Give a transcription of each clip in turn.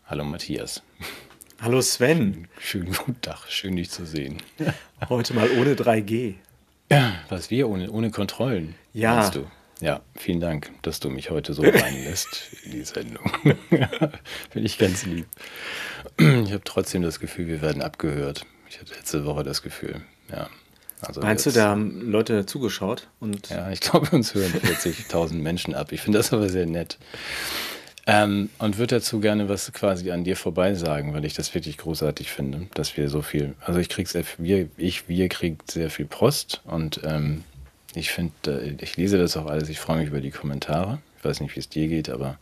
Hallo Matthias. Hallo Sven, Schönen guten Tag, schön dich zu sehen. heute mal ohne 3G. Was wir ohne Kontrollen, meinst Ja, du? Ja, vielen Dank, dass du mich heute so reinlässt in die Sendung. Finde ich ganz lieb. Ich habe trotzdem das Gefühl, wir werden abgehört. Ich hatte letzte Woche das Gefühl, ja. Also meinst du, jetzt, da haben Leute zugeschaut? Und ja, ich glaube, uns hören 40.000 Menschen ab. Ich finde das aber sehr nett. Und würde dazu gerne was quasi an dir vorbei sagen, weil ich das wirklich großartig finde, dass wir so viel, also ich krieg sehr viel, wir kriegen sehr viel Post und ich finde, ich lese das auch alles, ich freue mich über die Kommentare. Ich weiß nicht, wie es dir geht, aber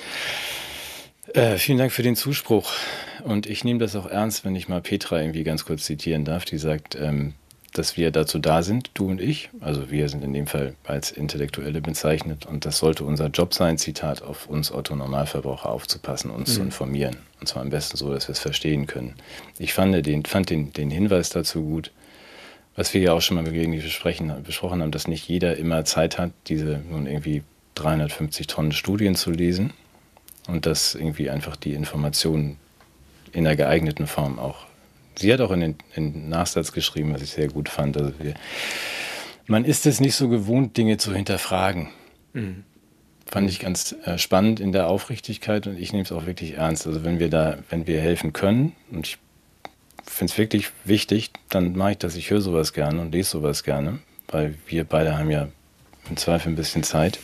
vielen Dank für den Zuspruch. Und ich nehme das auch ernst, wenn ich mal Petra irgendwie ganz kurz zitieren darf, die sagt, dass wir dazu da sind, du und ich. Also wir sind in dem Fall als Intellektuelle bezeichnet und das sollte unser Job sein, Zitat, auf uns Otto-Normalverbraucher aufzupassen, uns zu informieren. Und zwar am besten so, dass wir es verstehen können. Ich fand den Hinweis dazu gut, was wir ja auch schon mal gelegentlich besprochen haben, dass nicht jeder immer Zeit hat, diese nun irgendwie 350 Tonnen Studien zu lesen und dass irgendwie einfach die Informationen in einer geeigneten Form auch. Sie hat auch in den Nachsatz geschrieben, was ich sehr gut fand. Also man ist es nicht so gewohnt, Dinge zu hinterfragen. Fand ich ganz spannend in der Aufrichtigkeit und ich nehme es auch wirklich ernst. Also wenn wir helfen können, und ich finde es wirklich wichtig, dann mache ich das. Ich höre sowas gerne und lese sowas gerne, weil wir beide haben ja im Zweifel ein bisschen Zeit.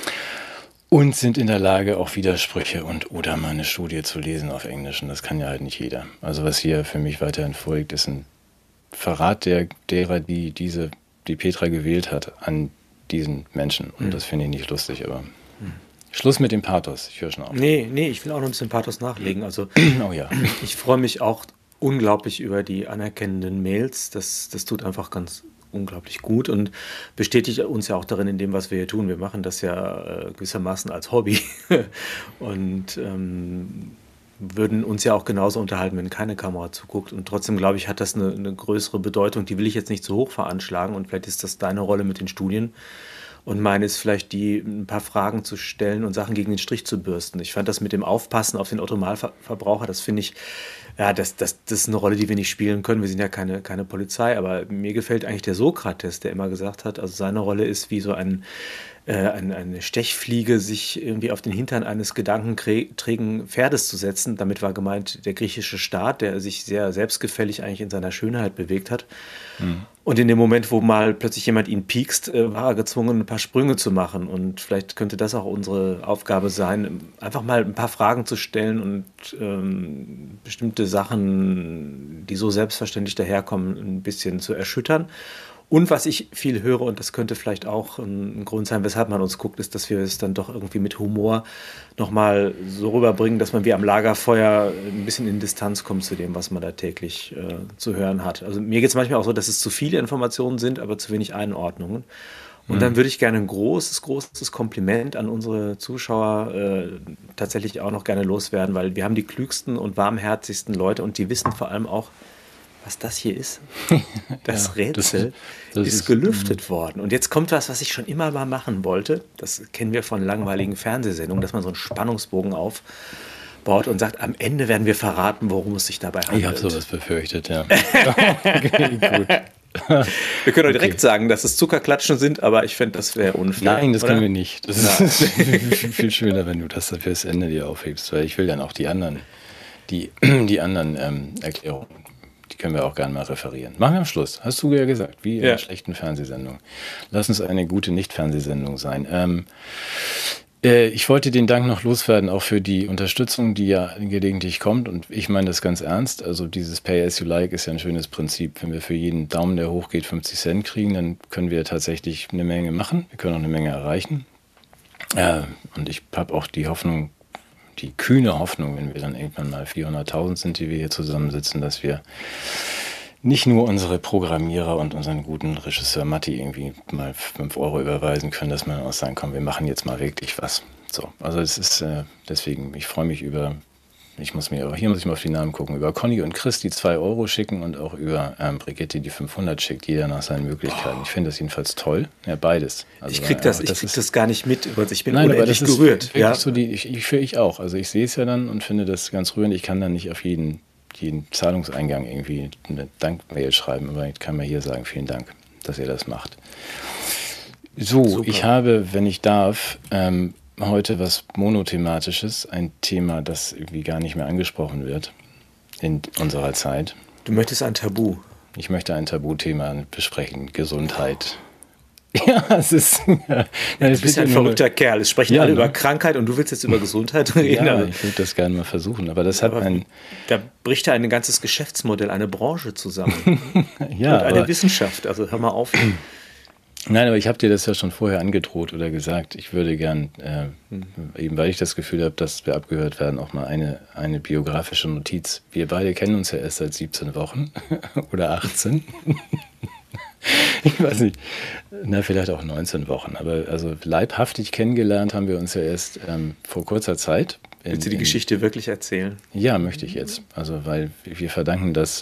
Und sind in der Lage, auch Widersprüche oder mal eine Studie zu lesen auf Englisch. Und das kann ja halt nicht jeder. Also was hier für mich weiterhin vorliegt, ist ein Verrat derer, die Petra gewählt hat, an diesen Menschen. Und das finde ich nicht lustig, aber Schluss mit dem Pathos. Ich höre schon auf. nee, ich will auch noch ein bisschen Pathos nachlegen. Also Oh ja. ich freue mich auch unglaublich über die anerkennenden Mails. Das tut einfach ganz unglaublich gut und bestätigt uns ja auch darin in dem, was wir hier tun. Wir machen das ja gewissermaßen als Hobby und würden uns ja auch genauso unterhalten, wenn keine Kamera zuguckt. Und trotzdem, glaube ich, hat das eine größere Bedeutung. Die will ich jetzt nicht zu hoch veranschlagen. Und vielleicht ist das deine Rolle mit den Studien. Und meine ist vielleicht die, ein paar Fragen zu stellen und Sachen gegen den Strich zu bürsten. Ich fand das mit dem Aufpassen auf den Automalverbraucher, das finde ich, ja, das ist eine Rolle, die wir nicht spielen können. Wir sind ja keine Polizei, aber mir gefällt eigentlich der Sokrates, der immer gesagt hat, also seine Rolle ist wie so eine Stechfliege sich irgendwie auf den Hintern eines gedankenträgen Pferdes zu setzen. Damit war gemeint der griechische Staat, der sich sehr selbstgefällig eigentlich in seiner Schönheit bewegt hat. Und in dem Moment, wo mal plötzlich jemand ihn piekst, war er gezwungen, ein paar Sprünge zu machen. Und vielleicht könnte das auch unsere Aufgabe sein, einfach mal ein paar Fragen zu stellen und bestimmte Sachen, die so selbstverständlich daherkommen, ein bisschen zu erschüttern. Und was ich viel höre, und das könnte vielleicht auch ein Grund sein, weshalb man uns guckt, ist, dass wir es dann doch irgendwie mit Humor nochmal so rüberbringen, dass man wie am Lagerfeuer ein bisschen in Distanz kommt zu dem, was man da täglich zu hören hat. Also mir geht es manchmal auch so, dass es zu viele Informationen sind, aber zu wenig Einordnungen. Und dann würde ich gerne ein großes Kompliment an unsere Zuschauer tatsächlich auch noch gerne loswerden, weil wir haben die klügsten und warmherzigsten Leute und die wissen vor allem auch, was das hier ist. Das Ja, Rätsel das ist gelüftet worden. Und jetzt kommt was ich schon immer mal machen wollte. Das kennen wir von langweiligen Fernsehsendungen, dass man so einen Spannungsbogen aufbaut und sagt, am Ende werden wir verraten, worum es sich dabei Ich habe handelt. sowas befürchtet, ja. Okay, gut. Wir können auch Okay. direkt sagen, dass es Zuckerklatschen sind, aber ich fände, das wäre unfair. Nein, das oder? können wir nicht. Das ist viel schöner, wenn du das fürs Ende dir aufhebst, weil ich will dann auch die anderen Erklärungen, die können wir auch gerne mal referieren. Machen wir am Schluss. Hast du ja gesagt, wie in Ja. einer schlechten Fernsehsendung. Lass uns eine gute Nicht-Fernsehsendung sein. Ich wollte den Dank noch loswerden, auch für die Unterstützung, die ja gelegentlich kommt. Und ich meine das ganz ernst. Also dieses Pay as you like ist ja ein schönes Prinzip. Wenn wir für jeden Daumen, der hochgeht, 50 Cent kriegen, dann können wir tatsächlich eine Menge machen. Wir können auch eine Menge erreichen. Und ich habe auch die Hoffnung, die kühne Hoffnung, wenn wir dann irgendwann mal 400.000 sind, die wir hier zusammensitzen, dass wir nicht nur unsere Programmierer und unseren guten Regisseur Matti irgendwie mal 5 Euro überweisen können, dass man auch sagen, komm, wir machen jetzt mal wirklich was. So, also es ist deswegen, ich freue mich über hier muss ich mal auf die Namen gucken, über Conny und Chris die 2 Euro schicken und auch über Brigitte die 500 schickt, jeder nach seinen Möglichkeiten. Ich finde das jedenfalls toll. Ja, beides. Also, ich krieg das gar nicht mit, weil ich bin nein, unendlich gerührt. Ja? So ich auch. Also ich sehe es ja dann und finde das ganz rührend. Ich kann dann nicht auf jeden Zahlungseingang irgendwie eine Dankmail schreiben, aber ich kann mal hier sagen, vielen Dank, dass ihr das macht. So, super. Ich habe, wenn ich darf, heute was Monothematisches, ein Thema, das irgendwie gar nicht mehr angesprochen wird in unserer Zeit. Du möchtest ein Tabu? Ich möchte ein Tabuthema besprechen, Gesundheit. Ja, es ist... Ja, du bist ja ein verrückter Kerl. Es sprechen alle über Krankheit und du willst jetzt über Gesundheit reden. Ja, ich würde das gerne mal versuchen, aber das hat da bricht ja ein ganzes Geschäftsmodell, eine Branche zusammen. Ja, und eine Wissenschaft, also hör mal auf. Nein, aber ich habe dir das ja schon vorher angedroht oder gesagt. Ich würde gern, eben weil ich das Gefühl habe, dass wir abgehört werden, auch mal eine biografische Notiz. Wir beide kennen uns ja erst seit 17 Wochen oder 18. Ich weiß nicht, vielleicht auch 19 Wochen. Aber also leibhaftig kennengelernt haben wir uns ja erst vor kurzer Zeit. Willst du die Geschichte wirklich erzählen? Ja, möchte ich jetzt. Also weil wir verdanken das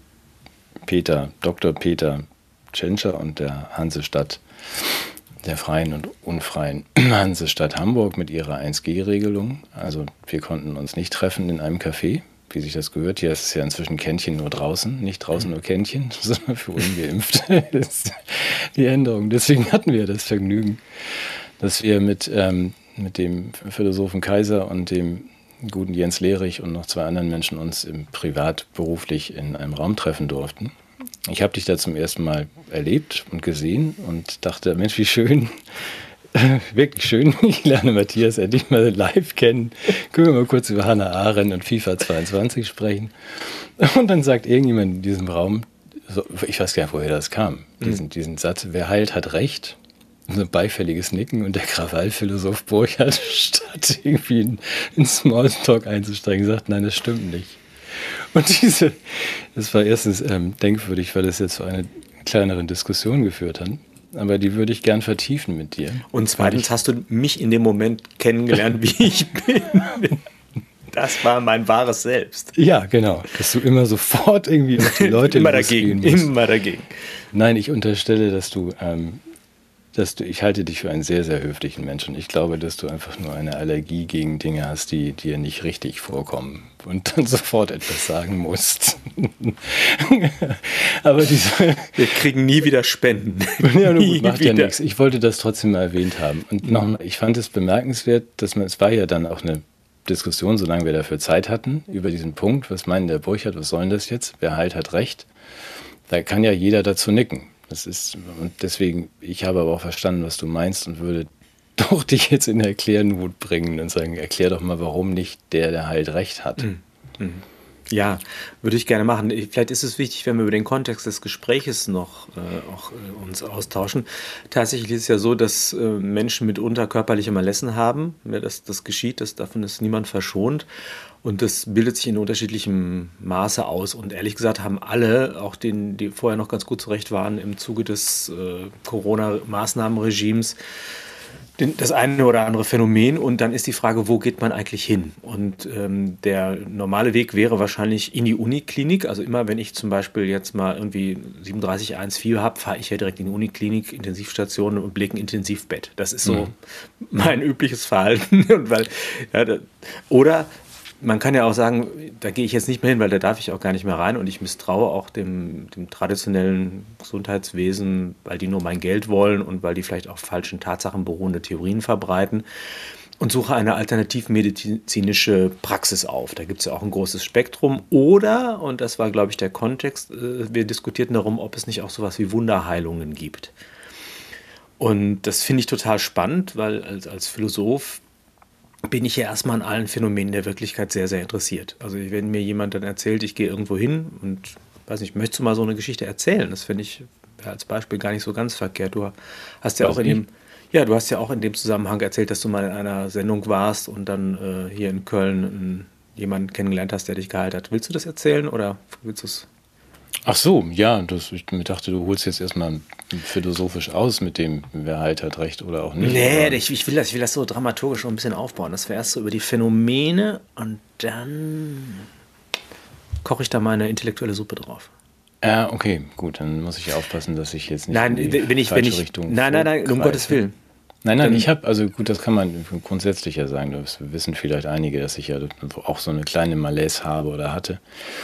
Dr. Peter Tschentscher und der Hansestadt, der Freien und Unfreien Hansestadt Hamburg mit ihrer 1G-Regelung. Also wir konnten uns nicht treffen in einem Café, wie sich das gehört. Hier ist es ja inzwischen Kännchen nur draußen, nicht draußen nur Kännchen, sondern für Ungeimpfte. Das ist die Änderung. Deswegen hatten wir das Vergnügen, dass wir mit dem Philosophen Kaiser und dem guten Jens Lehrich und noch 2 anderen Menschen uns privat beruflich in einem Raum treffen durften. Ich habe dich da zum ersten Mal erlebt und gesehen und dachte, Mensch, wie schön, wirklich schön. Ich lerne Matthias endlich mal live kennen. Können wir mal kurz über Hannah Arendt und FIFA 22 sprechen? Und dann sagt irgendjemand in diesem Raum, ich weiß gar nicht, woher das kam, diesen Satz, wer heilt, hat Recht. So ein beifälliges Nicken und der Krawallphilosoph Burchard, statt irgendwie in Smalltalk einzusteigen, sagt, nein, das stimmt nicht. Und das war erstens denkwürdig, weil es jetzt zu einer kleineren Diskussion geführt hat. Aber die würde ich gern vertiefen mit dir. Und zweitens hast du mich in dem Moment kennengelernt, wie ich bin. Das war mein wahres Selbst. Ja, genau. Dass du immer sofort irgendwie auf die Leute immer dagegen. Nein, ich unterstelle, dass ich halte dich für einen sehr, sehr höflichen Menschen. Ich glaube, dass du einfach nur eine Allergie gegen Dinge hast, die dir nicht richtig vorkommen und dann sofort etwas sagen musst. Aber wir kriegen nie wieder Spenden. Ja, nur gut, macht ja nichts. Ich wollte das trotzdem mal erwähnt haben. Und nochmal, ich fand es bemerkenswert, es war ja dann auch eine Diskussion, solange wir dafür Zeit hatten, über diesen Punkt. Was meint der Burchard, was soll denn das jetzt? Wer heilt, hat Recht. Da kann ja jeder dazu nicken. Und deswegen, ich habe aber auch verstanden, was du meinst und würde doch dich jetzt in Erklärenwut bringen und sagen, erklär doch mal, warum nicht der halt Recht hat. Ja, würde ich gerne machen. Vielleicht ist es wichtig, wenn wir über den Kontext des Gespräches noch uns austauschen. Tatsächlich ist es ja so, dass Menschen mitunter körperliche Malessen haben. Ja, das geschieht, davon ist niemand verschont. Und das bildet sich in unterschiedlichem Maße aus. Und ehrlich gesagt haben alle, auch die vorher noch ganz gut zurecht waren, im Zuge des Corona-Maßnahmenregimes, das eine oder andere Phänomen. Und dann ist die Frage, wo geht man eigentlich hin? Und der normale Weg wäre wahrscheinlich in die Uniklinik. Also immer, wenn ich zum Beispiel jetzt mal irgendwie 37,1 Fieber habe, fahre ich ja direkt in die Uniklinik, Intensivstation und lege ein Intensivbett. Das ist so mein übliches Verhalten. Oder man kann ja auch sagen, da gehe ich jetzt nicht mehr hin, weil da darf ich auch gar nicht mehr rein und ich misstraue auch dem traditionellen Gesundheitswesen, weil die nur mein Geld wollen und weil die vielleicht auf falschen Tatsachen beruhende Theorien verbreiten und suche eine alternativmedizinische Praxis auf. Da gibt es ja auch ein großes Spektrum. Oder, und das war, glaube ich, der Kontext, wir diskutierten darum, ob es nicht auch sowas wie Wunderheilungen gibt. Und das finde ich total spannend, weil als Philosoph bin ich ja erstmal an allen Phänomenen der Wirklichkeit sehr, sehr interessiert. Also wenn mir jemand dann erzählt, ich gehe irgendwo hin und, weiß nicht, möchtest du mal so eine Geschichte erzählen? Das finde ich als Beispiel gar nicht so ganz verkehrt. Du hast ja auch du hast ja auch in dem Zusammenhang erzählt, dass du mal in einer Sendung warst und dann hier in Köln jemanden kennengelernt hast, der dich geheilt hat. Willst du das erzählen oder willst du es? Ach so, ja, ich dachte, du holst jetzt erstmal philosophisch aus mit dem, wer halt hat recht oder auch nicht. Nee, Aber ich will das so dramaturgisch noch ein bisschen aufbauen. Das wäre erst so über die Phänomene und dann koche ich da meine intellektuelle Suppe drauf. ja, okay, gut, dann muss ich aufpassen, dass ich jetzt nicht Nein, in die wenn ich, Richtung nein, um Gottes vorgreife. Willen. Nein, Dann, ich habe, also gut, das kann man grundsätzlich ja sagen, das wissen vielleicht einige, dass ich ja auch so eine kleine Malaise habe oder hatte.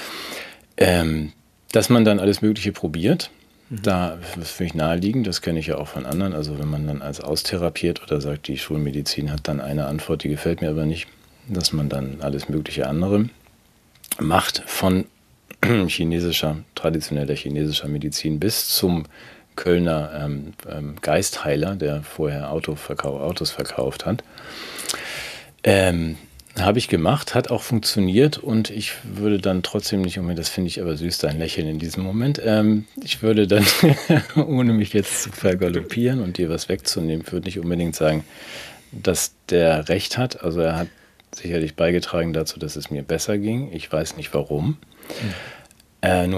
Dass man dann alles Mögliche probiert, da das finde ich naheliegend, das kenne ich ja auch von anderen. Also wenn man dann als austherapiert oder sagt, die Schulmedizin hat dann eine Antwort, die gefällt mir aber nicht, dass man dann alles mögliche andere macht, von traditioneller chinesischer Medizin bis zum Kölner Geistheiler, der vorher Autos verkauft hat. Habe ich gemacht, hat auch funktioniert und ich würde dann trotzdem nicht unbedingt, das finde ich aber süß, dein Lächeln in diesem Moment, ich würde dann, ohne mich jetzt zu vergaloppieren und dir was wegzunehmen, würde nicht unbedingt sagen, dass der Recht hat. Also er hat sicherlich beigetragen dazu, dass es mir besser ging. Ich weiß nicht warum. Nur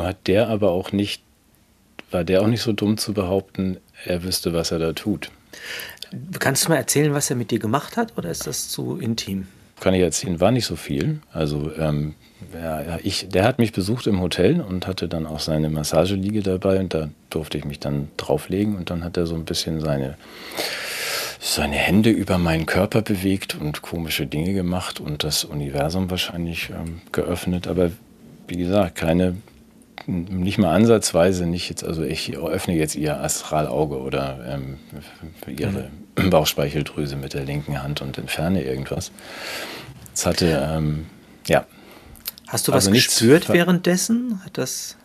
war der auch nicht so dumm zu behaupten, er wüsste, was er da tut. kannst du mal erzählen, was er mit dir gemacht hat, oder ist das zu intim? Kann ich erzählen, war nicht so viel. Also der hat mich besucht im Hotel und hatte dann auch seine Massageliege dabei und da durfte ich mich dann drauflegen und dann hat er so ein bisschen seine Hände über meinen Körper bewegt und komische Dinge gemacht und das Universum wahrscheinlich geöffnet. Aber wie gesagt, nicht mal ansatzweise, nicht jetzt, also ich öffne jetzt ihr Astralauge oder ihre Bauchspeicheldrüse mit der linken Hand und entferne irgendwas. Es hatte, ja. Hast du Also was gespürt währenddessen? Hat das...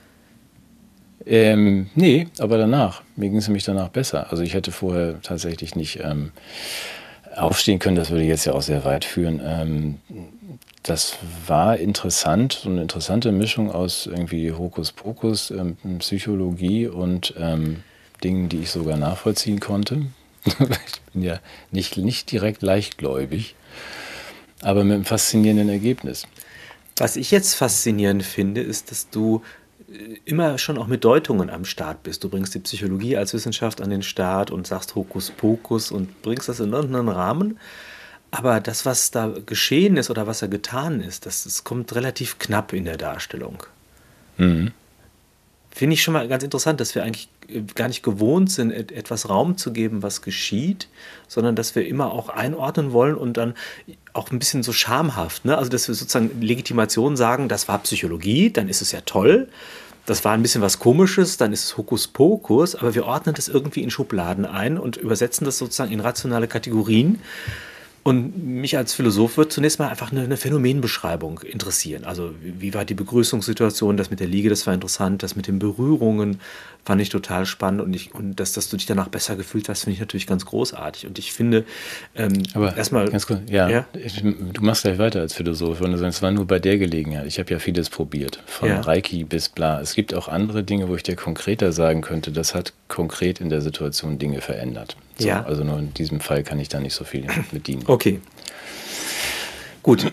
Nee, aber danach. Mir ging es nämlich danach besser. Also ich hätte vorher tatsächlich nicht aufstehen können, das würde jetzt ja auch sehr weit führen. Das war interessant, so eine interessante Mischung aus irgendwie Hokuspokus, Psychologie und Dingen, die ich sogar nachvollziehen konnte. Ich bin ja nicht direkt leichtgläubig, aber mit einem faszinierenden Ergebnis. Was ich jetzt faszinierend finde, ist, dass du immer schon auch mit Deutungen am Start bist. Du bringst die Psychologie als Wissenschaft an den Start und sagst Hokuspokus und bringst das in irgendeinen Rahmen. Aber das, was da geschehen ist oder was da getan ist, das kommt relativ knapp in der Darstellung. Mhm. Finde ich schon mal ganz interessant, dass wir eigentlich gar nicht gewohnt sind, etwas Raum zu geben, was geschieht, sondern dass wir immer auch einordnen wollen und dann auch ein bisschen so schamhaft, ne? Also dass wir sozusagen Legitimation sagen, das war Psychologie, dann ist es ja toll, das war ein bisschen was Komisches, dann ist es Hokuspokus, aber wir ordnen das irgendwie in Schubladen ein und übersetzen das sozusagen in rationale Kategorien. Und mich als Philosoph wird zunächst mal einfach eine Phänomenbeschreibung interessieren. Also wie war die Begrüßungssituation, das mit der Liege, das war interessant, das mit den Berührungen fand ich total spannend und dass du dich danach besser gefühlt hast, finde ich natürlich ganz großartig. Und ich finde, Aber erstmal... ganz kurz, ja, Ja? du machst gleich weiter als Philosoph, und es war nur bei der Gelegenheit. Ich habe ja vieles probiert, von Ja. Reiki bis bla. Es gibt auch andere Dinge, wo ich dir konkreter sagen könnte, das hat konkret in der Situation Dinge verändert. So, Ja. Also nur in diesem Fall kann ich da nicht so viel bedienen. Okay, gut.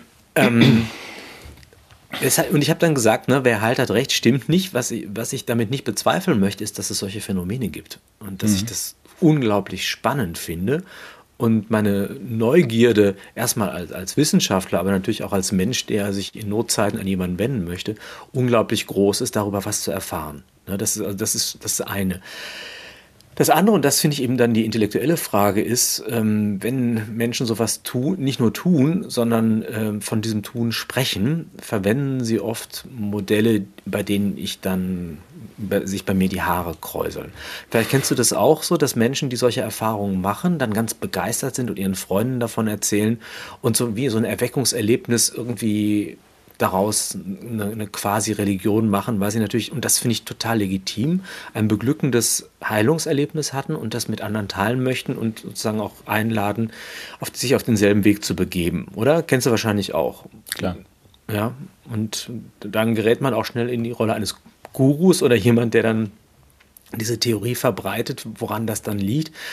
Und ich habe dann gesagt, ne, wer halt hat recht, stimmt nicht. Was ich damit nicht bezweifeln möchte, ist, dass es solche Phänomene gibt. Und dass ich das unglaublich spannend finde. Und meine Neugierde, erstmal als Wissenschaftler, aber natürlich auch als Mensch, der sich in Notzeiten an jemanden wenden möchte, unglaublich groß ist, darüber was zu erfahren. Ne, das ist das eine. Das andere, und das finde ich eben dann die intellektuelle Frage, ist, wenn Menschen sowas nicht nur tun, sondern von diesem Tun sprechen, verwenden sie oft Modelle, bei denen sich bei mir die Haare kräuseln. Vielleicht kennst du das auch so, dass Menschen, die solche Erfahrungen machen, dann ganz begeistert sind und ihren Freunden davon erzählen und so wie so ein Erweckungserlebnis irgendwie daraus eine quasi Religion machen, weil sie natürlich, und das finde ich total legitim, ein beglückendes Heilungserlebnis hatten und das mit anderen teilen möchten und sozusagen auch einladen, sich auf denselben Weg zu begeben, oder? Kennst du wahrscheinlich auch. Klar. Ja, und dann gerät man auch schnell in die Rolle eines Gurus oder jemand, der dann diese Theorie verbreitet, woran das dann liegt.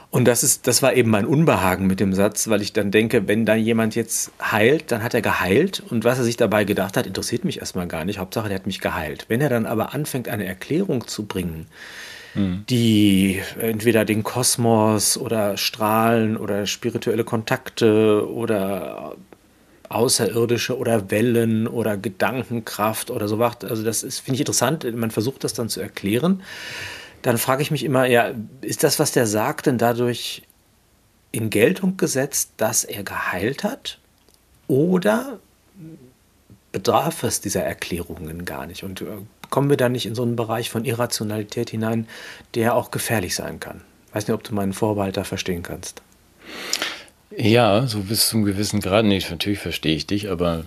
Und das war eben mein Unbehagen mit dem Satz, weil ich dann denke, wenn da jemand jetzt heilt, dann hat er geheilt. Und was er sich dabei gedacht hat, interessiert mich erstmal gar nicht. Hauptsache, der hat mich geheilt. Wenn er dann aber anfängt, eine Erklärung zu bringen, die entweder den Kosmos oder Strahlen oder spirituelle Kontakte oder Außerirdische oder Wellen oder Gedankenkraft oder so macht, also das ist, finde ich interessant, man versucht das dann zu erklären. Dann frage ich mich immer, ja, ist das, was der sagt, denn dadurch in Geltung gesetzt, dass er geheilt hat? Oder bedarf es dieser Erklärungen gar nicht? Und kommen wir da nicht in so einen Bereich von Irrationalität hinein, der auch gefährlich sein kann? Ich weiß nicht, ob du meinen Vorbehalt da verstehen kannst. Ja, so bis zum gewissen Grad. Nee, natürlich verstehe ich dich, aber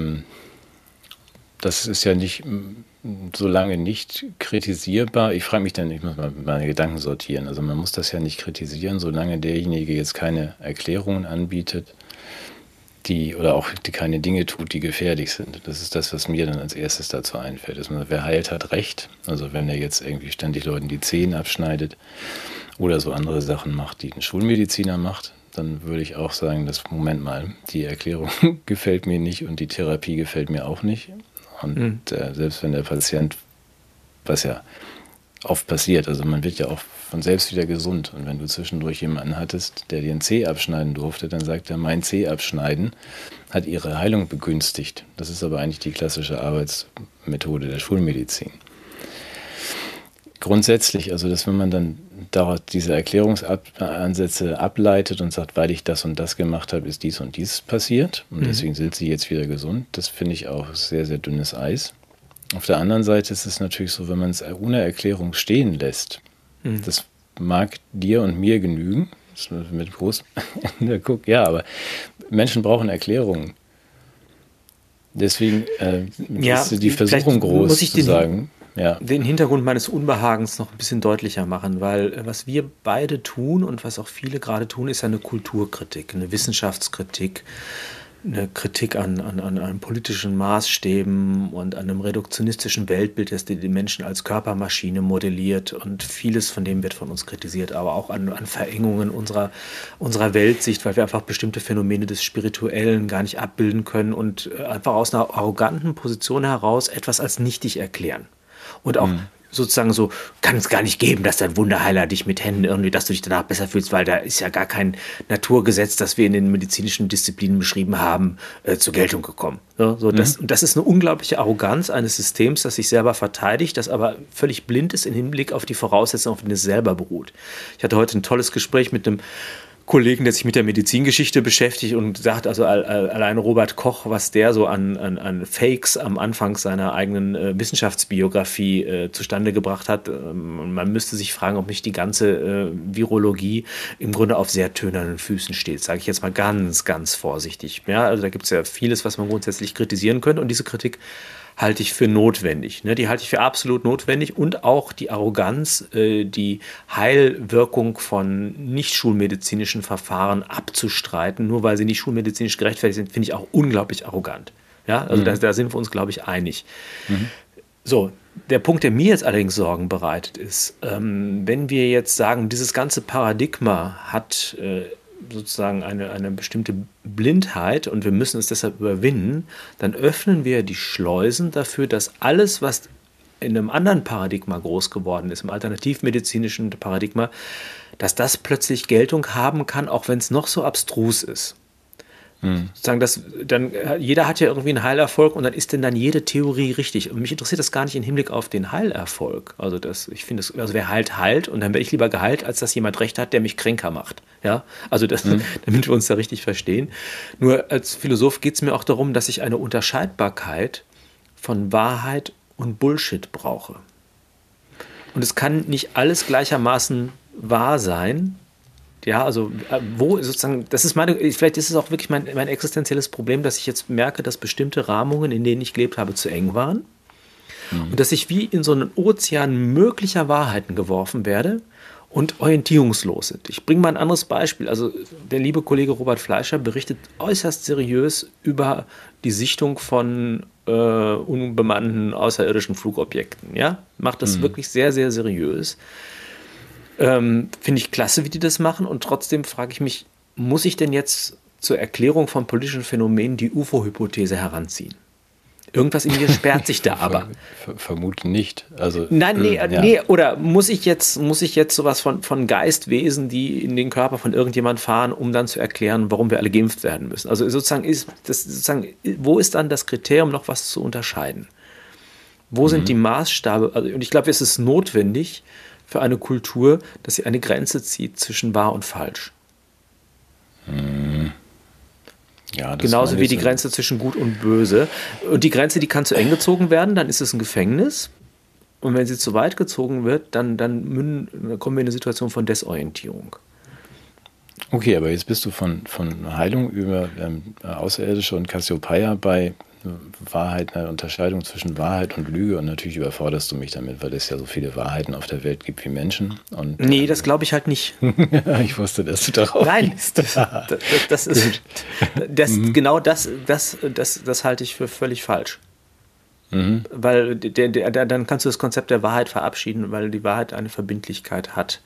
das ist ja nicht so lange nicht kritisierbar. Ich frage mich dann, ich muss mal meine Gedanken sortieren. Also man muss das ja nicht kritisieren, solange derjenige jetzt keine Erklärungen anbietet, oder auch die keine Dinge tut, die gefährlich sind. Das ist das, was mir dann als erstes dazu einfällt. Dass man, wer heilt, hat Recht. Also wenn er jetzt irgendwie ständig Leuten die Zähne abschneidet oder so andere Sachen macht, die ein Schulmediziner macht, dann würde ich auch sagen, Moment mal, die Erklärung gefällt mir nicht und die Therapie gefällt mir auch nicht. Und selbst wenn der Patient, was ja oft passiert, also man wird ja auch von selbst wieder gesund. Und wenn du zwischendurch jemanden hattest, der dir einen Zeh abschneiden durfte, dann sagt er, mein Zeh abschneiden hat ihre Heilung begünstigt. Das ist aber eigentlich die klassische Arbeitsmethode der Schulmedizin. Grundsätzlich, also dass wenn man dann daraus diese Erklärungsansätze ableitet und sagt, weil ich das und das gemacht habe, ist dies und dies passiert und deswegen sind sie jetzt wieder gesund, das finde ich auch sehr, sehr dünnes Eis. Auf der anderen Seite ist es natürlich so, wenn man es ohne Erklärung stehen lässt, das mag dir und mir genügen, mit groß, ja, aber Menschen brauchen Erklärungen. Deswegen ist die Versuchung groß zu sagen, ja. Den Hintergrund meines Unbehagens noch ein bisschen deutlicher machen, weil was wir beide tun und was auch viele gerade tun, ist ja eine Kulturkritik, eine Wissenschaftskritik, eine Kritik an politischen Maßstäben und an einem reduktionistischen Weltbild, das die Menschen als Körpermaschine modelliert und vieles von dem wird von uns kritisiert, aber auch an Verengungen unserer Weltsicht, weil wir einfach bestimmte Phänomene des Spirituellen gar nicht abbilden können und einfach aus einer arroganten Position heraus etwas als nichtig erklären. Und auch sozusagen so, kann es gar nicht geben, dass dein Wunderheiler dich mit Händen irgendwie, dass du dich danach besser fühlst, weil da ist ja gar kein Naturgesetz, das wir in den medizinischen Disziplinen beschrieben haben, zur Geltung gekommen. Und das ist eine unglaubliche Arroganz eines Systems, das sich selber verteidigt, das aber völlig blind ist im Hinblick auf die Voraussetzungen, auf denen es selber beruht. Ich hatte heute ein tolles Gespräch mit einem Kollegen, der sich mit der Medizingeschichte beschäftigt und sagt, also allein Robert Koch, was der so an Fakes am Anfang seiner eigenen Wissenschaftsbiografie zustande gebracht hat. Man müsste sich fragen, ob nicht die ganze Virologie im Grunde auf sehr tönernen Füßen steht, sage ich jetzt mal ganz, ganz vorsichtig. Ja, also da gibt es ja vieles, was man grundsätzlich kritisieren könnte und diese Kritik halte ich für notwendig. Die halte ich für absolut notwendig und auch die Arroganz, die Heilwirkung von nicht schulmedizinischen Verfahren abzustreiten, nur weil sie nicht schulmedizinisch gerechtfertigt sind, finde ich auch unglaublich arrogant. Ja, also da sind wir uns, glaube ich, einig. So, der Punkt, der mir jetzt allerdings Sorgen bereitet, ist, wenn wir jetzt sagen, dieses ganze Paradigma hat sozusagen eine bestimmte Blindheit und wir müssen es deshalb überwinden, dann öffnen wir die Schleusen dafür, dass alles, was in einem anderen Paradigma groß geworden ist, im alternativmedizinischen Paradigma, dass das plötzlich Geltung haben kann, auch wenn es noch so abstrus ist. Sozusagen jeder hat ja irgendwie einen Heilerfolg und dann ist denn dann jede Theorie richtig. Und mich interessiert das gar nicht im Hinblick auf den Heilerfolg. Also ich finde, wer heilt und dann werde ich lieber geheilt, als dass jemand Recht hat, der mich kränker macht. Ja, also damit wir uns da richtig verstehen. Nur als Philosoph geht es mir auch darum, dass ich eine Unterscheidbarkeit von Wahrheit und Bullshit brauche. Und es kann nicht alles gleichermaßen wahr sein. Ja, also wo sozusagen, vielleicht ist es auch wirklich mein existenzielles Problem, dass ich jetzt merke, dass bestimmte Rahmungen, in denen ich gelebt habe, zu eng waren. Und dass ich wie in so einen Ozean möglicher Wahrheiten geworfen werde und orientierungslos sind. Ich bringe mal ein anderes Beispiel. Also der liebe Kollege Robert Fleischer berichtet äußerst seriös über die Sichtung von unbemannten außerirdischen Flugobjekten. Ja? Macht das wirklich sehr, sehr seriös. Finde ich klasse, wie die das machen. Und trotzdem frage ich mich, muss ich denn jetzt zur Erklärung von politischen Phänomenen die UFO-Hypothese heranziehen? Irgendwas in mir sperrt sich da aber. Vermuten nicht. Also, Nein, nee, oder muss ich jetzt sowas von Geistwesen, die in den Körper von irgendjemand fahren, um dann zu erklären, warum wir alle geimpft werden müssen? Also wo ist dann das Kriterium, noch was zu unterscheiden? Wo sind die Maßstäbe? Also, und ich glaube, es ist notwendig für eine Kultur, dass sie eine Grenze zieht zwischen wahr und falsch. Ja, Genauso wie die Grenze zwischen Gut und Böse. Und die Grenze, die kann zu eng gezogen werden, dann ist es ein Gefängnis. Und wenn sie zu weit gezogen wird, dann kommen wir in eine Situation von Desorientierung. Okay, aber jetzt bist du von Heilung über Außerirdische und Cassiopeia bei Wahrheit, einer Unterscheidung zwischen Wahrheit und Lüge, und natürlich überforderst du mich damit, weil es ja so viele Wahrheiten auf der Welt gibt wie Menschen. Und, nee, das glaube ich halt nicht. Ich wusste, dass du darauf Nein, das ist genau das halte ich für völlig falsch. Weil dann kannst du das Konzept der Wahrheit verabschieden, weil die Wahrheit eine Verbindlichkeit hat,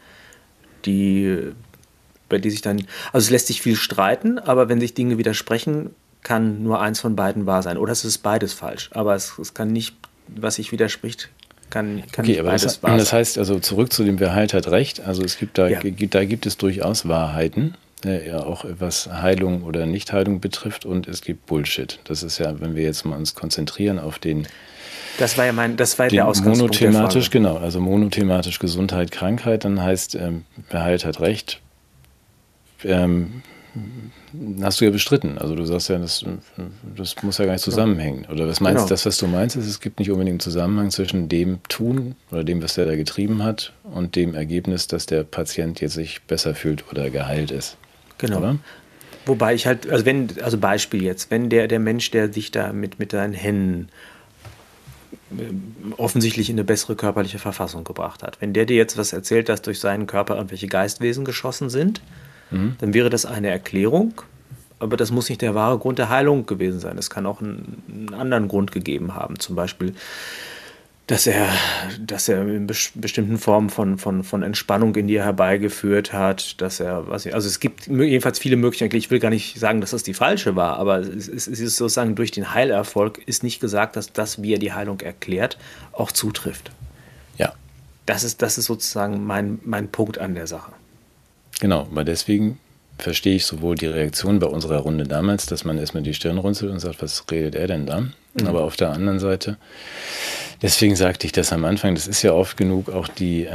bei die sich dann, also es lässt sich viel streiten, aber wenn sich Dinge widersprechen, kann nur eins von beiden wahr sein. Oder es ist beides falsch. Aber es kann nicht, was sich widerspricht, kann nicht beides wahr sein. Das heißt, also zurück zu dem Wer heilt, hat recht. Also es gibt da gibt es durchaus Wahrheiten, ja, auch was Heilung oder Nichtheilung betrifft, und es gibt Bullshit. Das ist ja, wenn wir jetzt mal uns konzentrieren auf den das war der Ausgangspunkt monothematisch, genau, also monothematisch Gesundheit, Krankheit, dann heißt, wer heilt, hat recht. Hast du ja bestritten. Also du sagst ja, das muss ja gar nicht zusammenhängen. Oder was meinst du, das, was du meinst, ist, es gibt nicht unbedingt einen Zusammenhang zwischen dem Tun oder dem, was der da getrieben hat, und dem Ergebnis, dass der Patient jetzt sich besser fühlt oder geheilt ist. Genau. Oder? Wobei ich halt, also Beispiel jetzt, wenn der Mensch, der dich da mit seinen Händen offensichtlich in eine bessere körperliche Verfassung gebracht hat, wenn der dir jetzt was erzählt, dass durch seinen Körper irgendwelche Geistwesen geschossen sind, dann wäre das eine Erklärung, aber das muss nicht der wahre Grund der Heilung gewesen sein. Es kann auch einen anderen Grund gegeben haben, zum Beispiel, dass er in bestimmten Formen von Entspannung in dir herbeigeführt hat, dass er, also es gibt jedenfalls viele Möglichkeiten. Ich will gar nicht sagen, dass das die falsche war, aber es ist sozusagen, durch den Heilerfolg ist nicht gesagt, dass das, wie er die Heilung erklärt, auch zutrifft. Ja. Das ist sozusagen mein Punkt an der Sache. Genau, weil deswegen verstehe ich sowohl die Reaktion bei unserer Runde damals, dass man erstmal die Stirn runzelt und sagt, was redet er denn da? Aber auf der anderen Seite, deswegen sagte ich das am Anfang, das ist ja oft genug auch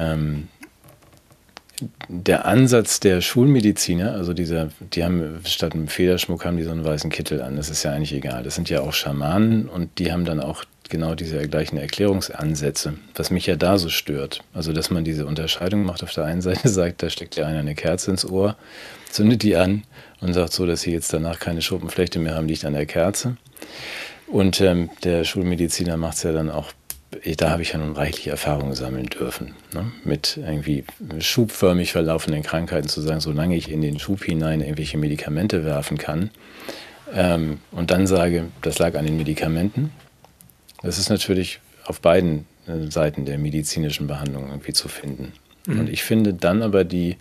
der Ansatz der Schulmediziner, also die haben statt einem Federschmuck haben die so einen weißen Kittel an, das ist ja eigentlich egal. Das sind ja auch Schamanen, und die haben dann auch genau diese gleichen Erklärungsansätze, was mich ja da so stört. Also, dass man diese Unterscheidung macht. Auf der einen Seite sagt, da steckt ja einer eine Kerze ins Ohr, zündet die an und sagt so, dass sie jetzt danach keine Schuppenflechte mehr haben, liegt an der Kerze. Und der Schulmediziner macht es ja dann auch, da habe ich ja nun reichlich Erfahrung sammeln dürfen, ne? Mit irgendwie schubförmig verlaufenden Krankheiten zu sagen, solange ich in den Schub hinein irgendwelche Medikamente werfen kann, und dann sage, das lag an den Medikamenten. Das ist natürlich auf beiden Seiten der medizinischen Behandlung irgendwie zu finden. Und ich finde dann aber die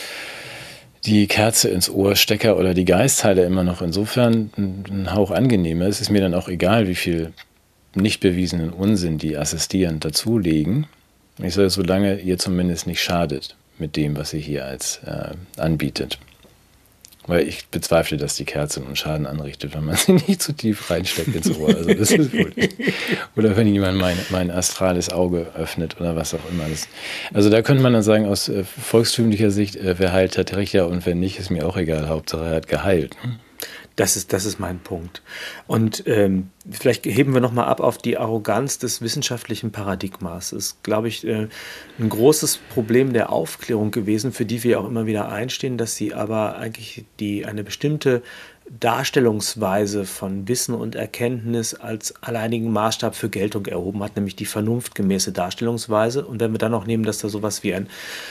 Kerze ins Ohr, Stecker oder die Geistheiler immer noch insofern ein Hauch angenehmer. Es ist mir dann auch egal, wie viel nicht bewiesenen Unsinn die assistierend dazulegen. Ich sage, solange ihr zumindest nicht schadet mit dem, was ihr hier als anbietet. Weil ich bezweifle, dass die Kerze einen Schaden anrichtet, wenn man sie nicht zu tief reinsteckt ins Ohr. Also das ist gut. Oder wenn jemand mein astrales Auge öffnet oder was auch immer. Also da könnte man dann sagen, aus volkstümlicher Sicht, wer heilt, hat recht, ja, und wenn nicht, ist mir auch egal. Hauptsache, er hat geheilt. Das ist mein Punkt. Und vielleicht heben wir nochmal ab auf die Arroganz des wissenschaftlichen Paradigmas. Das ist, glaube ich, ein großes Problem der Aufklärung gewesen, für die wir auch immer wieder einstehen, dass sie aber eigentlich eine bestimmte Darstellungsweise von Wissen und Erkenntnis als alleinigen Maßstab für Geltung erhoben hat, nämlich die vernunftgemäße Darstellungsweise. Und wenn wir dann noch nehmen, dass da sowas wie ein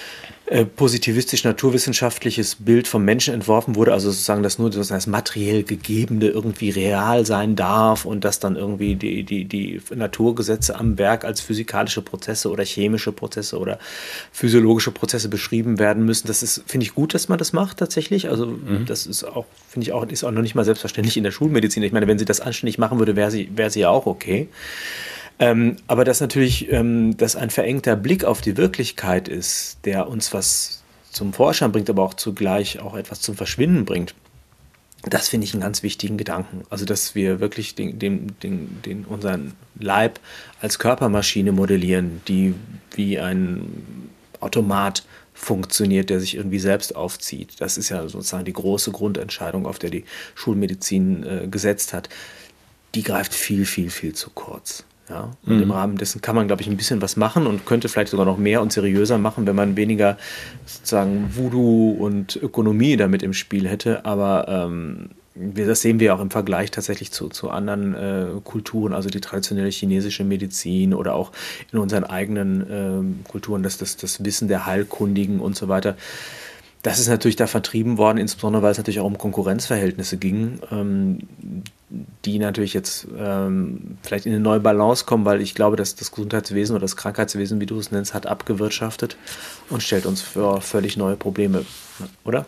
positivistisch-naturwissenschaftliches Bild vom Menschen entworfen wurde, also sozusagen, dass nur das materiell Gegebene irgendwie real sein darf und dass dann irgendwie die Naturgesetze am Werk als physikalische Prozesse oder chemische Prozesse oder physiologische Prozesse beschrieben werden müssen. Das ist, finde ich gut, dass man das macht tatsächlich. Also das ist auch, finde ich auch, ist auch noch nicht mal selbstverständlich in der Schulmedizin. Ich meine, wenn sie das anständig machen würde, wäre sie ja auch okay. Aber dass natürlich das ein verengter Blick auf die Wirklichkeit ist, der uns was zum Vorschein bringt, aber auch zugleich auch etwas zum Verschwinden bringt, das finde ich einen ganz wichtigen Gedanken. Also dass wir wirklich unseren Leib als Körpermaschine modellieren, die wie ein Automat funktioniert, der sich irgendwie selbst aufzieht. Das ist ja sozusagen die große Grundentscheidung, auf der die Schulmedizin gesetzt hat. Die greift viel, viel, viel zu kurz. Ja, und im Rahmen dessen kann man, glaube ich, ein bisschen was machen und könnte vielleicht sogar noch mehr und seriöser machen, wenn man weniger sozusagen Voodoo und Ökonomie damit im Spiel hätte. Aber das sehen wir auch im Vergleich tatsächlich zu anderen Kulturen, also die traditionelle chinesische Medizin oder auch in unseren eigenen Kulturen, das Wissen der Heilkundigen und so weiter. Das ist natürlich da vertrieben worden, insbesondere weil es natürlich auch um Konkurrenzverhältnisse ging, die natürlich jetzt vielleicht in eine neue Balance kommen, weil ich glaube, dass das Gesundheitswesen oder das Krankheitswesen, wie du es nennst, hat abgewirtschaftet und stellt uns vor völlig neue Probleme, oder?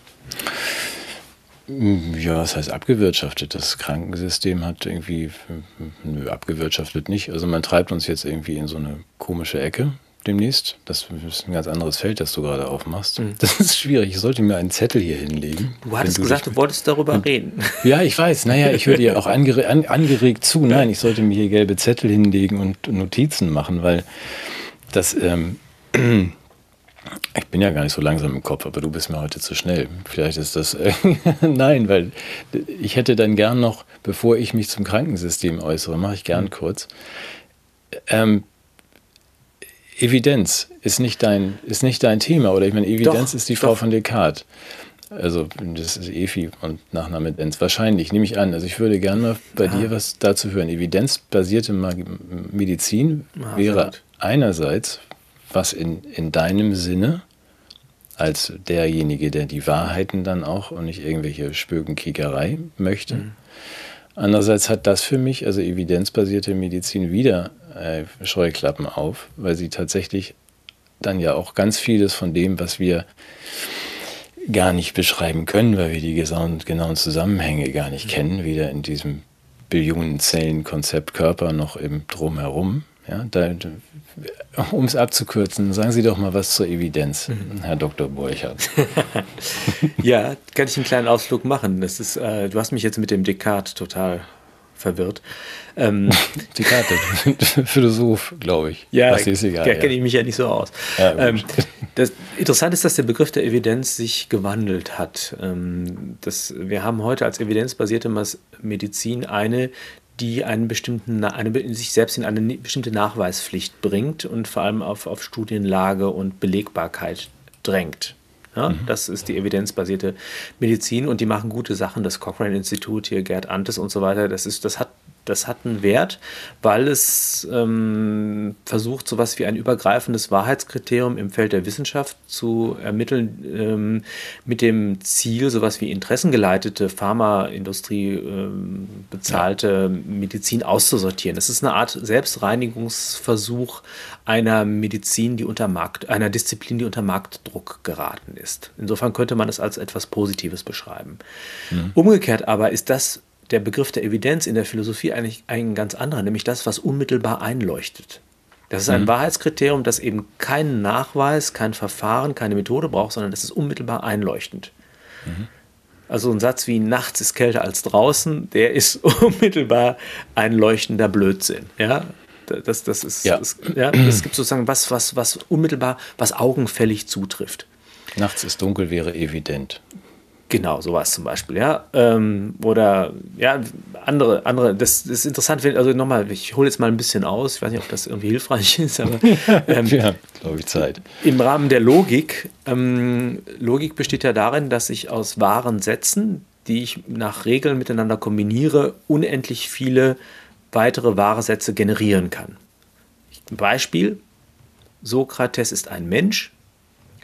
Ja, was heißt abgewirtschaftet? Das Krankensystem hat irgendwie, abgewirtschaftet nicht. Also man treibt uns jetzt irgendwie in so eine komische Ecke demnächst. Das ist ein ganz anderes Feld, das du gerade aufmachst. Das ist schwierig. Ich sollte mir einen Zettel hier hinlegen. Du hattest gesagt, du wolltest darüber reden. Ja, ich weiß. Naja, ich höre dir auch angeregt zu. Nein, ich sollte mir hier gelbe Zettel hinlegen und Notizen machen, weil das... ich bin ja gar nicht so langsam im Kopf, aber du bist mir heute zu schnell. Vielleicht ist das... Nein, weil ich hätte dann gern noch, bevor ich mich zum Krankensystem äußere, mache ich gern kurz... Evidenz ist nicht dein Thema, oder? Ich meine, Evidenz ist die Frau von Descartes. Also, das ist Evi und Nachname Denz. Wahrscheinlich, nehme ich an. Also, ich würde gerne mal bei dir was dazu hören. Evidenzbasierte Medizin wäre einerseits, was in deinem Sinne, als derjenige, der die Wahrheiten dann auch und nicht irgendwelche Spökenkickerei möchte. Andererseits hat das für mich, also evidenzbasierte Medizin, wieder Scheuklappen auf, weil sie tatsächlich dann ja auch ganz vieles von dem, was wir gar nicht beschreiben können, weil wir die genauen Zusammenhänge gar nicht kennen, weder in diesem Billionenzellen-Konzept Körper noch im Drumherum. Ja, um es abzukürzen, sagen Sie doch mal was zur Evidenz, Herr Dr. Borchert. Ja, kann ich einen kleinen Ausflug machen. Das ist, du hast mich jetzt mit dem Descartes total verwirrt. Descartes, Philosoph, glaube ich. Ja, das ist egal. Da kenne ich mich ja nicht so aus. Ja, das Interessante ist, dass der Begriff der Evidenz sich gewandelt hat. Wir haben heute als evidenzbasierte Medizin die sich selbst in eine bestimmte Nachweispflicht bringt und vor allem auf Studienlage und Belegbarkeit drängt. Ja, das ist die evidenzbasierte Medizin und die machen gute Sachen. Das Cochrane-Institut, hier Gerd Antes und so weiter, das hat einen Wert, weil es versucht, sowas wie ein übergreifendes Wahrheitskriterium im Feld der Wissenschaft zu ermitteln, mit dem Ziel, sowas wie interessengeleitete Pharmaindustrie bezahlte Medizin auszusortieren. Das ist eine Art Selbstreinigungsversuch einer Medizin, einer Disziplin, die unter Marktdruck geraten ist. Insofern könnte man es als etwas Positives beschreiben. Umgekehrt aber ist der Begriff der Evidenz in der Philosophie eigentlich ein ganz anderer, nämlich das, was unmittelbar einleuchtet. Das ist ein Wahrheitskriterium, das eben keinen Nachweis, kein Verfahren, keine Methode braucht, sondern das ist unmittelbar einleuchtend. Also ein Satz wie nachts ist kälter als draußen, der ist unmittelbar einleuchtender Blödsinn. Ja? Es gibt sozusagen was unmittelbar, was augenfällig zutrifft. Nachts ist dunkel wäre evident. Genau, sowas zum Beispiel, ja. Oder ja, andere, das ist interessant, also nochmal, ich hole jetzt mal ein bisschen aus, ich weiß nicht, ob das irgendwie hilfreich ist, aber ja, glaube ich, Zeit. Im Rahmen der Logik, Logik besteht ja darin, dass ich aus wahren Sätzen, die ich nach Regeln miteinander kombiniere, unendlich viele weitere wahre Sätze generieren kann. Beispiel: Sokrates ist ein Mensch.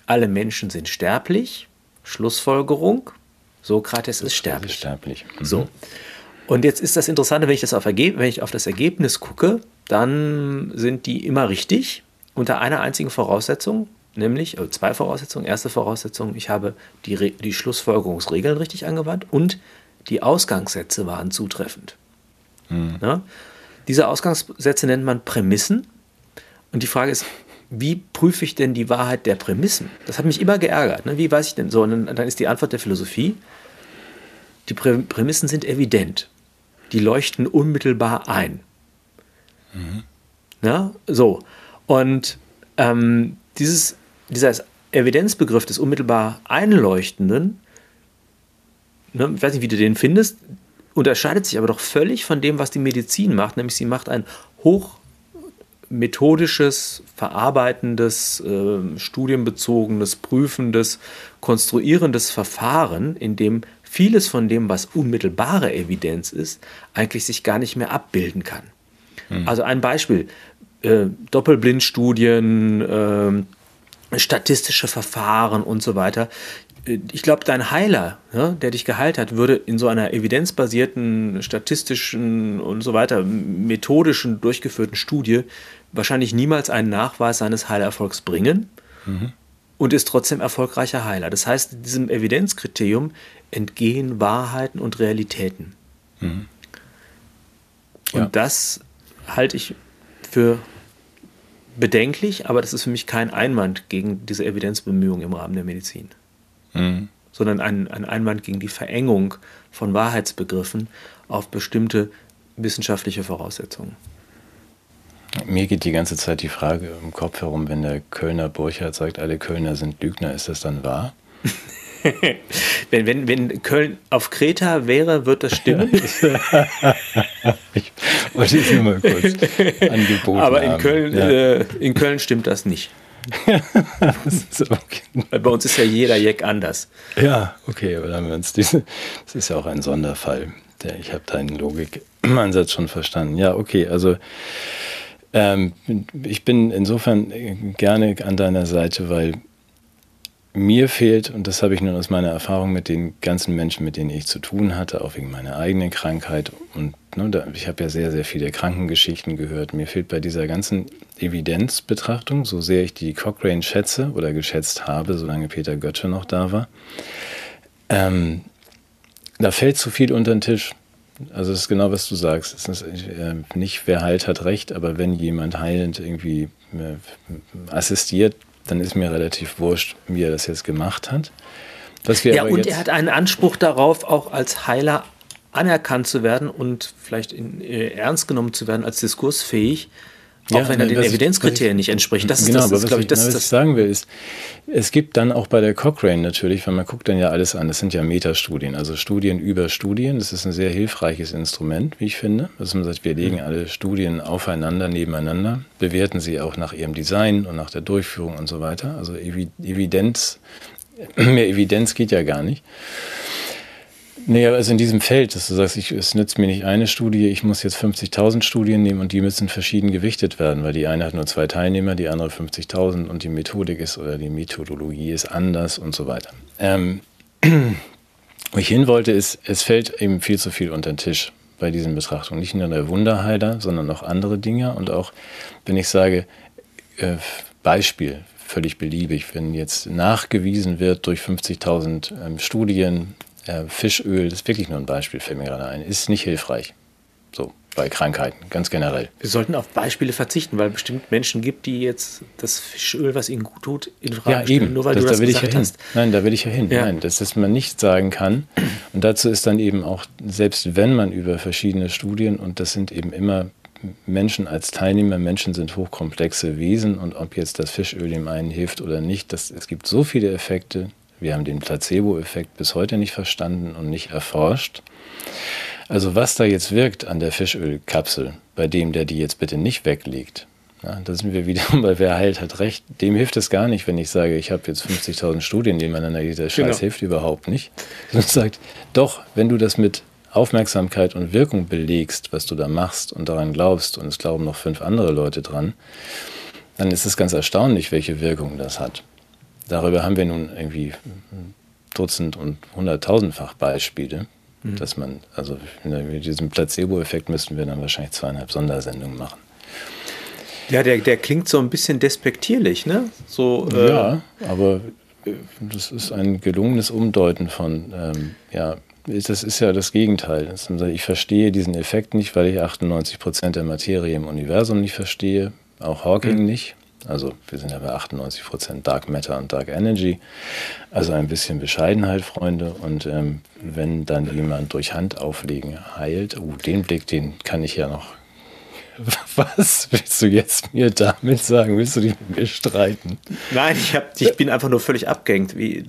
alle Menschen sind sterblich, Schlussfolgerung, Sokrates ist sterblich. So. Und jetzt ist das Interessante, wenn ich auf das Ergebnis gucke, dann sind die immer richtig, unter einer einzigen Voraussetzung, nämlich, zwei Voraussetzungen. Erste Voraussetzung, ich habe die Schlussfolgerungsregeln richtig angewandt und die Ausgangssätze waren zutreffend. Ja? Diese Ausgangssätze nennt man Prämissen. Und die Frage ist, wie prüfe ich denn die Wahrheit der Prämissen? Das hat mich immer geärgert. Ne? Wie weiß ich denn so? Und dann ist die Antwort der Philosophie, die Prämissen sind evident. Die leuchten unmittelbar ein. Ja? So. Und dieser Evidenzbegriff des unmittelbar Einleuchtenden, ne, ich weiß nicht, wie du den findest, unterscheidet sich aber doch völlig von dem, was die Medizin macht. Nämlich sie macht ein hochmethodisches, verarbeitendes, studienbezogenes, prüfendes, konstruierendes Verfahren, in dem vieles von dem, was unmittelbare Evidenz ist, eigentlich sich gar nicht mehr abbilden kann. Also ein Beispiel, Doppelblindstudien, statistische Verfahren und so weiter. Ich glaube, dein Heiler, ja, der dich geheilt hat, würde in so einer evidenzbasierten, statistischen und so weiter, methodischen, durchgeführten Studie wahrscheinlich niemals einen Nachweis seines Heilerfolgs bringen und ist trotzdem erfolgreicher Heiler. Das heißt, diesem Evidenzkriterium entgehen Wahrheiten und Realitäten. Und das halte ich für bedenklich, aber das ist für mich kein Einwand gegen diese Evidenzbemühungen im Rahmen der Medizin. Sondern ein Einwand gegen die Verengung von Wahrheitsbegriffen auf bestimmte wissenschaftliche Voraussetzungen. Mir geht die ganze Zeit die Frage im Kopf herum, wenn der Kölner Burchard sagt, alle Kölner sind Lügner, ist das dann wahr? Wenn Köln auf Kreta wäre, wird das stimmen. Ich wollte es nur mal kurz angeboten aber haben. In Köln stimmt das nicht. Das ist okay. Weil bei uns ist ja jeder Jack anders. Ja, okay, aber dann haben wir uns das ist ja auch ein Sonderfall. Ich habe deinen Logikansatz schon verstanden. Ja, okay, also ich bin insofern gerne an deiner Seite, weil mir fehlt, und das habe ich nun aus meiner Erfahrung mit den ganzen Menschen, mit denen ich zu tun hatte, auch wegen meiner eigenen Krankheit, und ich habe ja sehr, sehr viele Krankengeschichten gehört, mir fehlt bei dieser ganzen Evidenzbetrachtung, so sehr ich die Cochrane schätze oder geschätzt habe, solange Peter Götzsche noch da war, da fällt zu viel unter den Tisch. Also es ist genau, was du sagst. Es ist nicht, wer heilt, hat recht, aber wenn jemand heilend irgendwie assistiert, dann ist mir relativ wurscht, wie er das jetzt gemacht hat. Und er hat einen Anspruch darauf, auch als Heiler anerkannt zu werden und vielleicht ernst genommen zu werden als diskursfähig, auch wenn er den Evidenzkriterien nicht entspricht. Was ich sagen will, ist, es gibt dann auch bei der Cochrane natürlich, weil man guckt dann ja alles an, das sind ja Metastudien, also Studien über Studien, das ist ein sehr hilfreiches Instrument, wie ich finde. Also man sagt, wir legen alle Studien aufeinander, nebeneinander, bewerten sie auch nach ihrem Design und nach der Durchführung und so weiter. Also Evidenz, mehr Evidenz geht ja gar nicht. Nee, also in diesem Feld, dass du sagst, es nützt mir nicht eine Studie, ich muss jetzt 50.000 Studien nehmen und die müssen verschieden gewichtet werden, weil die eine hat nur 2 Teilnehmer, die andere 50.000 und die Methodik ist oder die Methodologie ist anders und so weiter. Wo ich hin wollte, ist, es fällt eben viel zu viel unter den Tisch bei diesen Betrachtungen. Nicht nur der Wunderheiler, sondern auch andere Dinge. Und auch, wenn ich sage, Beispiel, völlig beliebig, wenn jetzt nachgewiesen wird durch 50.000 Studien, Fischöl, das ist wirklich nur ein Beispiel, fällt mir gerade ein, ist nicht hilfreich. So, bei Krankheiten, ganz generell. Wir sollten auf Beispiele verzichten, weil es bestimmt Menschen gibt, die jetzt das Fischöl, was ihnen gut tut, in Frage stellen, nur weil du das gesagt hast. Nein, da will ich ja hin. Ja. Nein, dass man nicht sagen kann. Und dazu ist dann eben auch, selbst wenn man über verschiedene Studien, und das sind eben immer Menschen als Teilnehmer, Menschen sind hochkomplexe Wesen, und ob jetzt das Fischöl dem einen hilft oder nicht, es gibt so viele Effekte. Wir haben den Placebo-Effekt bis heute nicht verstanden und nicht erforscht. Also was da jetzt wirkt an der Fischölkapsel, bei dem, der die jetzt bitte nicht weglegt, ja, da sind wir wieder, weil wer heilt, hat recht. Dem hilft es gar nicht, wenn ich sage, ich habe jetzt 50.000 Studien nebeneinander, dieser Scheiß hilft überhaupt nicht. Sondern sagt, doch, wenn du das mit Aufmerksamkeit und Wirkung belegst, was du da machst und daran glaubst, und es glauben noch 5 andere Leute dran, dann ist es ganz erstaunlich, welche Wirkung das hat. Darüber haben wir nun irgendwie Dutzend- und hunderttausendfach Beispiele, dass man, also mit diesem Placebo-Effekt müssten wir dann wahrscheinlich 2,5 Sondersendungen machen. Ja, der klingt so ein bisschen despektierlich, ne? So, ja, aber das ist ein gelungenes Umdeuten von, das ist ja das Gegenteil. Ich verstehe diesen Effekt nicht, weil ich 98% der Materie im Universum nicht verstehe, auch Hawking nicht. Also wir sind ja bei 98% Dark Matter und Dark Energy. Also ein bisschen Bescheidenheit, Freunde. Und wenn dann jemand durch Handauflegen heilt, den Blick, den kann ich ja noch. Was willst du jetzt mir damit sagen? Willst du dich mit mir streiten? Nein, ich bin einfach nur völlig abgehängt. Wie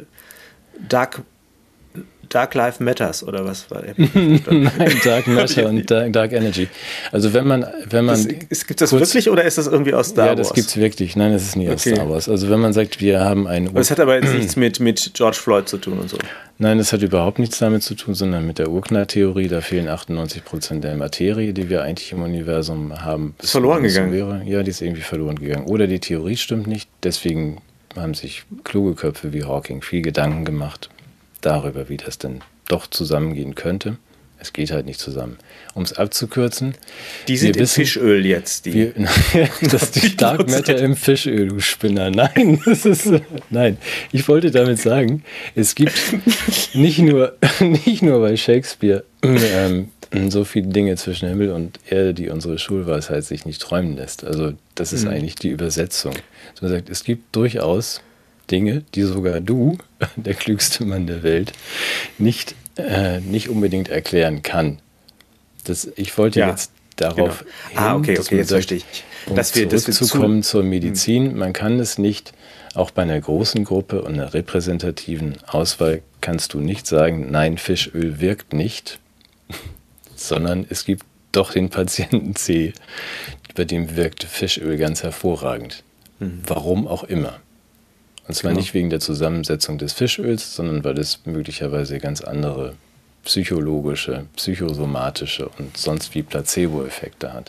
Dark Life Matters oder was war der? Nein, Dark Matter und Dark Energy. Also wenn man gibt das wirklich oder ist das irgendwie aus Star Wars? Ja, das gibt es wirklich. Nein, das ist nie aus Star Wars. Also wenn man sagt, wir haben ein... Das hat aber jetzt nichts mit George Floyd zu tun und so. Nein, das hat überhaupt nichts damit zu tun, sondern mit der Urknalltheorie. Da fehlen 98% der Materie, die wir eigentlich im Universum haben. Ist verloren gegangen? Ja, die ist irgendwie verloren gegangen. Oder die Theorie stimmt nicht. Deswegen haben sich kluge Köpfe wie Hawking viel Gedanken gemacht darüber, wie das denn doch zusammengehen könnte. Es geht halt nicht zusammen. Um es abzukürzen. Die sind im Fischöl jetzt. Das ist die Dark Matter im Fischöl, du Spinner. Nein, nein. Ich wollte damit sagen, es gibt nicht nur bei Shakespeare so viele Dinge zwischen Himmel und Erde, die unsere Schulweisheit sich nicht träumen lässt. Also das ist eigentlich die Übersetzung. Man sagt, es gibt durchaus Dinge, die sogar du, der klügste Mann der Welt, nicht unbedingt erklären kann. Ich wollte jetzt darauf hin, dass man jetzt sagt, verstehe ich. Zurückzukommen zur Medizin. Man kann es nicht, auch bei einer großen Gruppe und einer repräsentativen Auswahl kannst du nicht sagen, nein, Fischöl wirkt nicht, sondern es gibt doch den Patienten C, bei dem wirkt Fischöl ganz hervorragend. Warum auch immer. Und zwar nicht wegen der Zusammensetzung des Fischöls, sondern weil es möglicherweise ganz andere psychologische, psychosomatische und sonst wie Placebo-Effekte hat.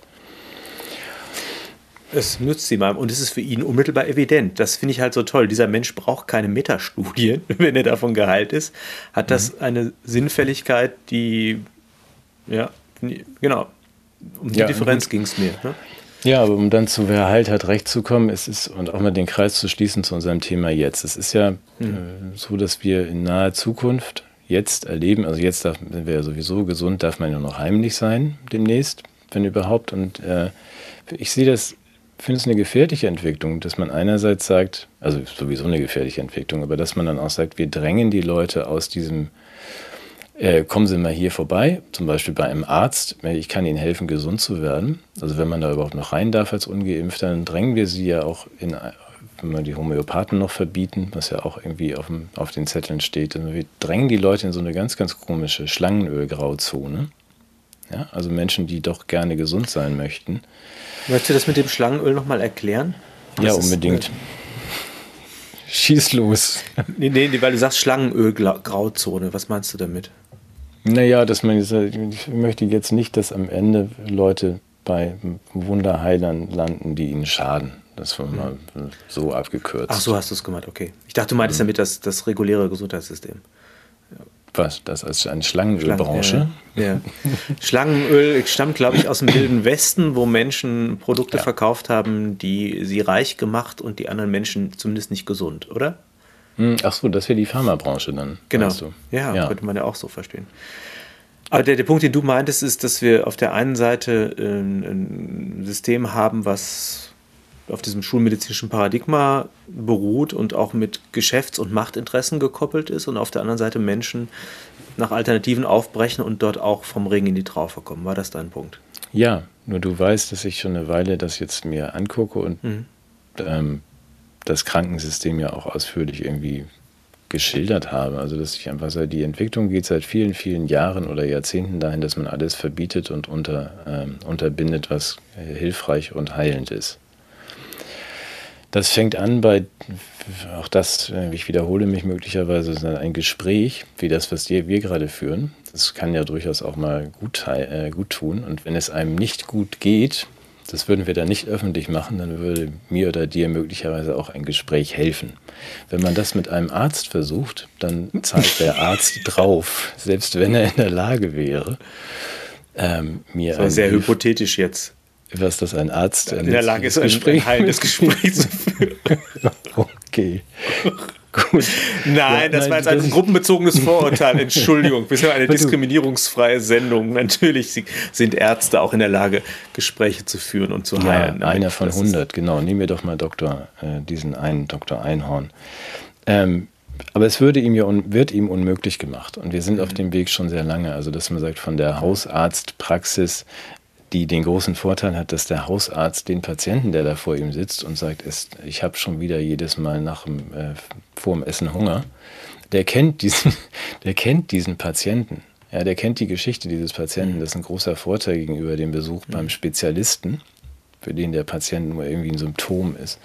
Es nützt ihm und es ist für ihn unmittelbar evident. Das finde ich halt so toll. Dieser Mensch braucht keine Metastudie, wenn er davon geheilt ist. Hat das eine Sinnfälligkeit, die, genau, um die Differenz ging es mir. Ne? Ja, aber um dann zu wer heilt hat, recht zu kommen, und auch mal den Kreis zu schließen zu unserem Thema jetzt. Es ist ja so, dass wir in naher Zukunft jetzt erleben, also jetzt sind wir ja sowieso gesund, darf man ja noch heimlich sein demnächst, wenn überhaupt. Und ich finde es eine gefährliche Entwicklung, dass man einerseits sagt, also sowieso eine gefährliche Entwicklung, aber dass man dann auch sagt, wir drängen die Leute aus diesem kommen Sie mal hier vorbei, zum Beispiel bei einem Arzt, ich kann Ihnen helfen, gesund zu werden. Also wenn man da überhaupt noch rein darf als Ungeimpfter, dann drängen wir sie ja auch wenn wir die Homöopathen noch verbieten, was ja auch irgendwie auf den Zetteln steht, dann wir drängen die Leute in so eine ganz, ganz komische Schlangenöl-Grauzone. Ja, also Menschen, die doch gerne gesund sein möchten. Möchtest du das mit dem Schlangenöl nochmal erklären? Ja, unbedingt. Schieß los. Nee, weil du sagst Schlangenöl-Grauzone. Was meinst du damit? Naja, ich möchte jetzt nicht, dass am Ende Leute bei Wunderheilern landen, die ihnen schaden. Das war mal so abgekürzt. Ach, so hast du es gemeint, okay. Ich dachte, du meintest damit das reguläre Gesundheitssystem. Was? Das als eine Schlangenölbranche? Ja. Schlangenöl stammt, glaube ich, aus dem Wilden Westen, wo Menschen Produkte verkauft haben, die sie reich gemacht und die anderen Menschen zumindest nicht gesund, oder? Ach so, das wäre die Pharmabranche dann. Genau. Ja, könnte man ja auch so verstehen. Aber der Punkt, den du meintest, ist, dass wir auf der einen Seite ein System haben, was auf diesem schulmedizinischen Paradigma beruht und auch mit Geschäfts- und Machtinteressen gekoppelt ist und auf der anderen Seite Menschen nach Alternativen aufbrechen und dort auch vom Regen in die Traufe kommen. War das dein Punkt? Ja, nur du weißt, dass ich schon eine Weile das jetzt mir angucke und das Krankensystem ja auch ausführlich irgendwie geschildert habe. Also dass ich einfach sage, die Entwicklung geht seit vielen, vielen Jahren oder Jahrzehnten dahin, dass man alles verbietet und unterbindet, was hilfreich und heilend ist. Das fängt an auch das, ich wiederhole mich möglicherweise, ist ein Gespräch, wie das, was wir gerade führen. Das kann ja durchaus auch mal gut tun. Und wenn es einem nicht gut geht, Das würden wir dann nicht öffentlich machen, dann würde mir oder dir möglicherweise auch ein Gespräch helfen. Wenn man das mit einem Arzt versucht, dann zahlt der Arzt drauf, selbst wenn er in der Lage wäre, mir das war sehr hypothetisch jetzt. Was das ein Arzt in der Lage ist, ein heilendes Gespräch zu führen. Okay. Gut. Nein, das war jetzt ein gruppenbezogenes Vorurteil. Entschuldigung, wir sind eine diskriminierungsfreie Sendung. Natürlich sind Ärzte auch in der Lage, Gespräche zu führen und zu heilen. Ja, einer von 100, genau. Nehmen wir doch mal diesen einen Dr. Einhorn. Aber es wird ihm unmöglich gemacht. Und wir sind auf dem Weg schon sehr lange. Also, dass man sagt, von der Hausarztpraxis, die den großen Vorteil hat, dass der Hausarzt den Patienten, der da vor ihm sitzt und sagt, ich habe schon wieder jedes Mal vor dem Essen Hunger, der kennt diesen Patienten. Ja, der kennt die Geschichte dieses Patienten. Das ist ein großer Vorteil gegenüber dem Besuch beim Spezialisten, für den der Patient nur irgendwie ein Symptom ist.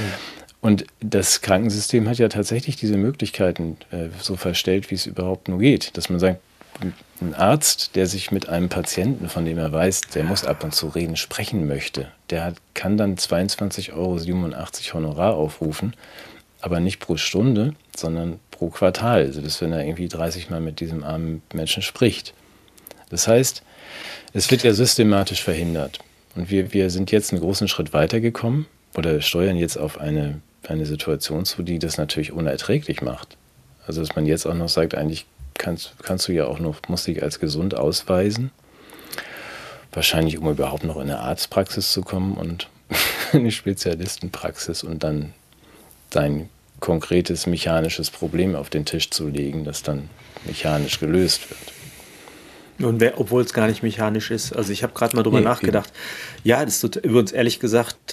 Und das Krankensystem hat ja tatsächlich diese Möglichkeiten so verstellt, wie es überhaupt nur geht. Dass man sagt, ein Arzt, der sich mit einem Patienten, von dem er weiß, der muss ab und zu reden, sprechen möchte, kann dann 22,87 € Honorar aufrufen, aber nicht pro Stunde, sondern pro Quartal. Also das, wenn er irgendwie 30 Mal mit diesem armen Menschen spricht. Das heißt, es wird ja systematisch verhindert. Und wir sind jetzt einen großen Schritt weitergekommen oder steuern jetzt auf eine Situation zu, die das natürlich unerträglich macht. Also dass man jetzt auch noch sagt, eigentlich kannst du ja auch noch, musst dich als gesund ausweisen. Wahrscheinlich, um überhaupt noch in eine Arztpraxis zu kommen und in eine Spezialistenpraxis und dann dein konkretes mechanisches Problem auf den Tisch zu legen, das dann mechanisch gelöst wird. Und obwohl es gar nicht mechanisch ist. Also ich habe gerade mal drüber nachgedacht. Ja, das ist übrigens ehrlich gesagt,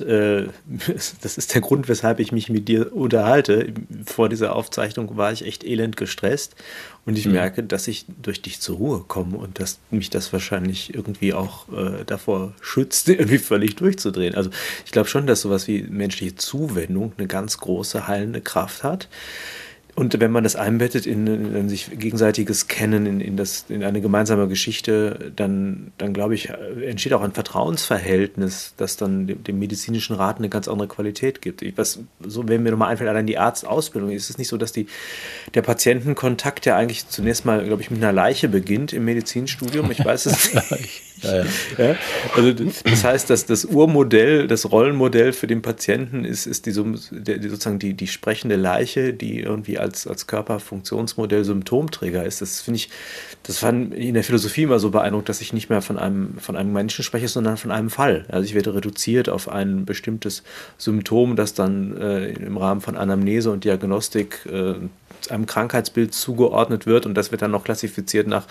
das ist der Grund, weshalb ich mich mit dir unterhalte. Vor dieser Aufzeichnung war ich echt elend gestresst und ich merke, dass ich durch dich zur Ruhe komme und dass mich das wahrscheinlich irgendwie auch davor schützt, irgendwie völlig durchzudrehen. Also ich glaube schon, dass sowas wie menschliche Zuwendung eine ganz große heilende Kraft hat. Und wenn man das einbettet in sich gegenseitiges Kennen, in eine gemeinsame Geschichte, dann glaube ich, entsteht auch ein Vertrauensverhältnis, das dann dem medizinischen Rat eine ganz andere Qualität gibt. Wenn mir nochmal einfällt, allein die Arztausbildung, ist es nicht so, dass der Patientenkontakt ja eigentlich zunächst mal, glaube ich, mit einer Leiche beginnt im Medizinstudium? Ich weiß es nicht. Ja? Also das heißt, dass das Urmodell, das Rollenmodell für den Patienten ist sozusagen die sprechende Leiche, die irgendwie als Körperfunktionsmodell Symptomträger ist. Das fand ich in der Philosophie immer so beeindruckend, dass ich nicht mehr von einem Menschen spreche, sondern von einem Fall. Also ich werde reduziert auf ein bestimmtes Symptom, das dann im Rahmen von Anamnese und Diagnostik einem Krankheitsbild zugeordnet wird und das wird dann noch klassifiziert nach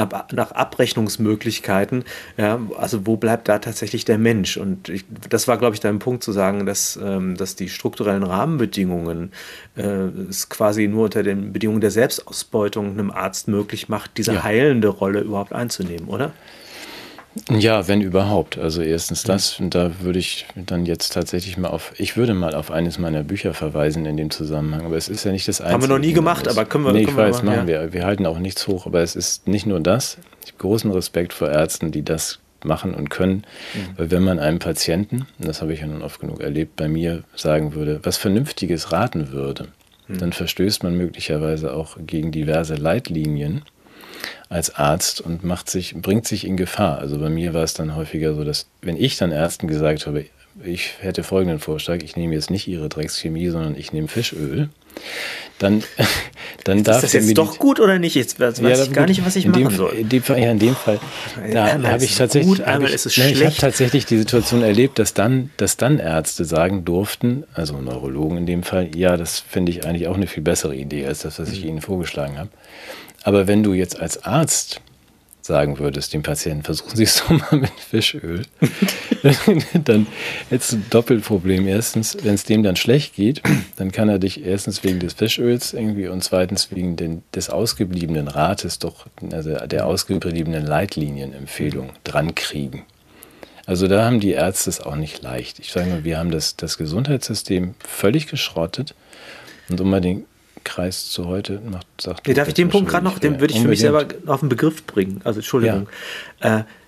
Abrechnungsmöglichkeiten. Ja, also wo bleibt da tatsächlich der Mensch? Und das war, glaube ich, dein Punkt zu sagen, dass die strukturellen Rahmenbedingungen es quasi nur unter den Bedingungen der Selbstausbeutung einem Arzt möglich macht, diese heilende Rolle überhaupt einzunehmen, oder? Ja, wenn überhaupt. Also erstens das, und da würde ich dann jetzt tatsächlich ich würde mal auf eines meiner Bücher verweisen in dem Zusammenhang, aber es ist ja nicht das Einzige. Haben wir noch nie gemacht, aber können wir ich weiß, machen wir. Wir halten auch nichts hoch, aber es ist nicht nur das. Ich habe großen Respekt vor Ärzten, die das machen und können, weil wenn man einem Patienten, und das habe ich ja nun oft genug erlebt, bei mir sagen würde, was Vernünftiges raten würde, dann verstößt man möglicherweise auch gegen diverse Leitlinien als Arzt und bringt sich in Gefahr. Also bei mir war es dann häufiger so, dass wenn ich dann Ärzten gesagt habe, ich hätte folgenden Vorschlag, ich nehme jetzt nicht ihre Dreckschemie, sondern ich nehme Fischöl, dann darf ist das jetzt doch gut oder nicht? Jetzt weiß ich gar nicht, was ich machen soll. In dem Fall, da habe ich tatsächlich die Situation erlebt, dass dann Ärzte sagen durften, also Neurologen in dem Fall, ja, das finde ich eigentlich auch eine viel bessere Idee als das, was ich Ihnen vorgeschlagen habe. Aber wenn du jetzt als Arzt sagen würdest, dem Patienten, versuchen Sie es doch mal mit Fischöl, dann hättest du ein Doppelproblem. Erstens, wenn es dem dann schlecht geht, dann kann er dich erstens wegen des Fischöls irgendwie und zweitens wegen des ausgebliebenen Rates, also der ausgebliebenen Leitlinienempfehlung dran kriegen. Also da haben die Ärzte es auch nicht leicht. Ich sage mal, wir haben das Gesundheitssystem völlig geschrottet und um mal den Kreis zu heute sagt. Darf ich den Punkt gerade noch, den würde ich für mich selber auf den Begriff bringen. Also Entschuldigung. Ja.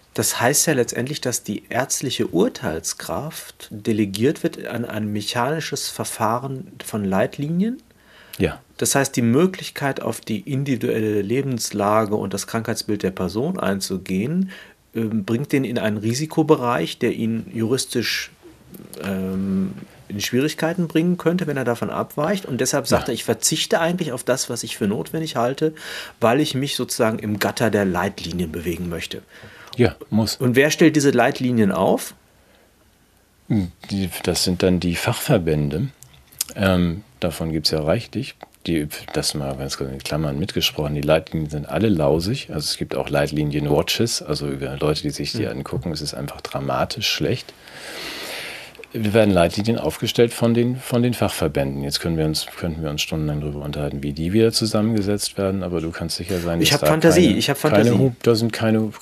Das heißt ja letztendlich, dass die ärztliche Urteilskraft delegiert wird an ein mechanisches Verfahren von Leitlinien. Ja. Das heißt, die Möglichkeit, auf die individuelle Lebenslage und das Krankheitsbild der Person einzugehen, bringt den in einen Risikobereich, der ihn juristisch in Schwierigkeiten bringen könnte, wenn er davon abweicht. Und deshalb sagt er, ich verzichte eigentlich auf das, was ich für notwendig halte, weil ich mich sozusagen im Gatter der Leitlinien bewegen möchte. Ja, muss. Und wer stellt diese Leitlinien auf? Das sind dann die Fachverbände. Davon gibt es ja reichlich. Das mal ganz kurz in Klammern mitgesprochen, die Leitlinien sind alle lausig. Also es gibt auch Leitlinien-Watches, also über Leute, die sich die angucken. Es ist einfach dramatisch schlecht. Wir werden Leitlinien aufgestellt von den Fachverbänden. Jetzt könnten wir uns stundenlang darüber unterhalten, wie die wieder zusammengesetzt werden, aber du kannst sicher sein, ich habe Fantasie. Da sind keine